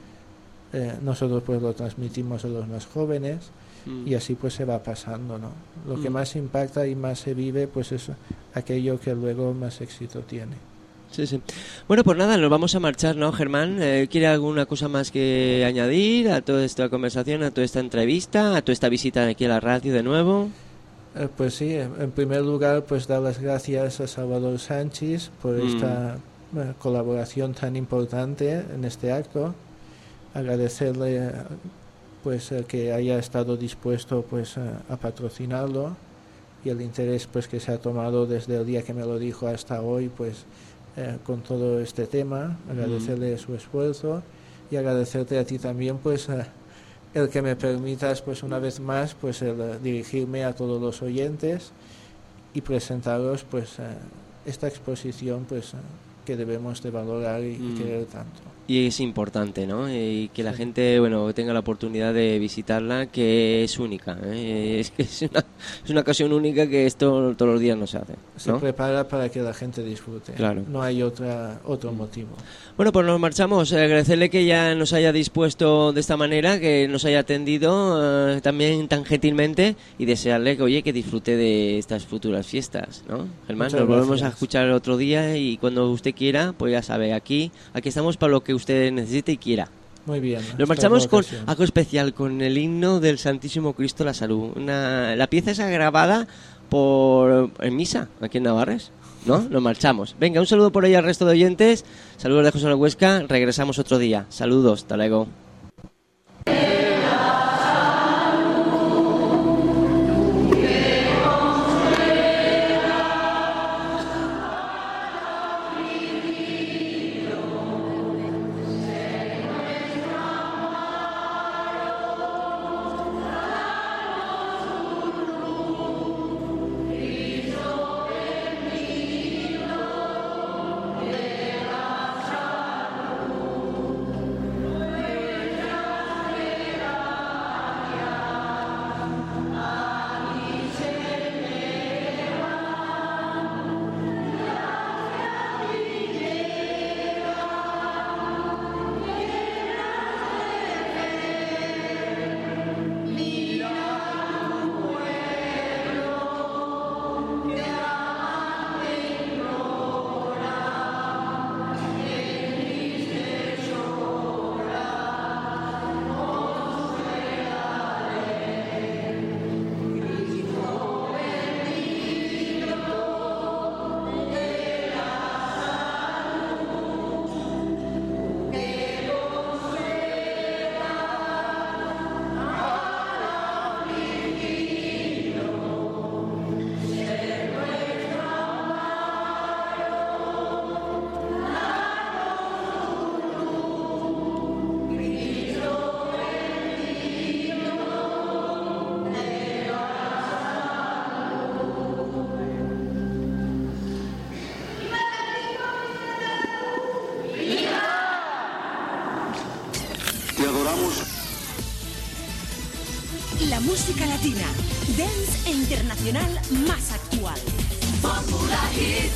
eh, nosotros pues lo transmitimos a los más jóvenes mm. y así pues se va pasando, ¿no? Lo mm. que más impacta y más se vive pues es aquello que luego más éxito tiene. Sí, sí. Bueno, pues nada, nos vamos a marchar, ¿no, Germán? Eh, ¿Quiere alguna cosa más que añadir a toda esta conversación, a toda esta entrevista, a toda esta visita aquí a la radio de nuevo? Eh, pues sí, en primer lugar, pues dar las gracias a Salvador Sánchez por mm. esta eh, colaboración tan importante en este acto. Agradecerle pues eh, que haya estado dispuesto pues a, a patrocinarlo y el interés pues que se ha tomado desde el día que me lo dijo hasta hoy, pues Eh, con todo este tema, agradecerle mm. su esfuerzo y agradecerte a ti también pues eh, el que me permitas pues una vez más pues el uh, dirigirme a todos los oyentes y presentaros pues uh, esta exposición pues uh, que debemos de valorar y, mm. y querer tanto. Y es importante, ¿no? Y que la gente, bueno, tenga la oportunidad de visitarla, que es única, ¿eh? Es que es una, es una ocasión única que esto todos los días no se hace, ¿no? Se prepara para que la gente disfrute. Claro. No hay otra otro motivo. Bueno, pues nos marchamos. Eh, agradecerle que ya nos haya dispuesto de esta manera, que nos haya atendido eh, también tan gentilmente, y desearle que, oye, que disfrute de estas futuras fiestas, ¿no? Germán, Muchas nos volvemos gracias. a escuchar otro día, y cuando usted quiera, pues ya sabe, aquí, aquí estamos para lo que usted necesite y quiera. Muy bien. Nos marchamos con ocasión. algo especial, con el himno del Santísimo Cristo la Salud. Una, la pieza es grabada por en misa, aquí en Navarres, ¿no? Nos marchamos. Venga, un saludo por ahí al resto de oyentes. Saludos de José Manuel Huesca. Regresamos otro día. Saludos. Hasta luego. La música latina, dance e internacional más actual. Fórmula Hit.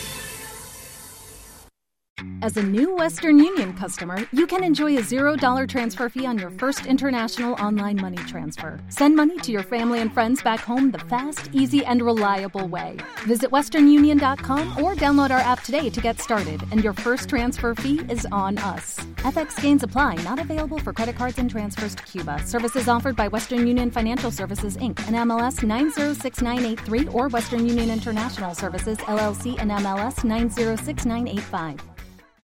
As a new Western Union customer, you can enjoy a zero dollar transfer fee on your first international online money transfer. Send money to your family and friends back home the fast, easy, and reliable way. Visit western union dot com or download our app today to get started, and your first transfer fee is on us. F X gains apply, not available for credit cards and transfers to Cuba. Services offered by Western Union Financial Services, Incorporated, and M L S nine zero six nine eight three or Western Union International Services, L L C, and M L S nine zero six nine eight five.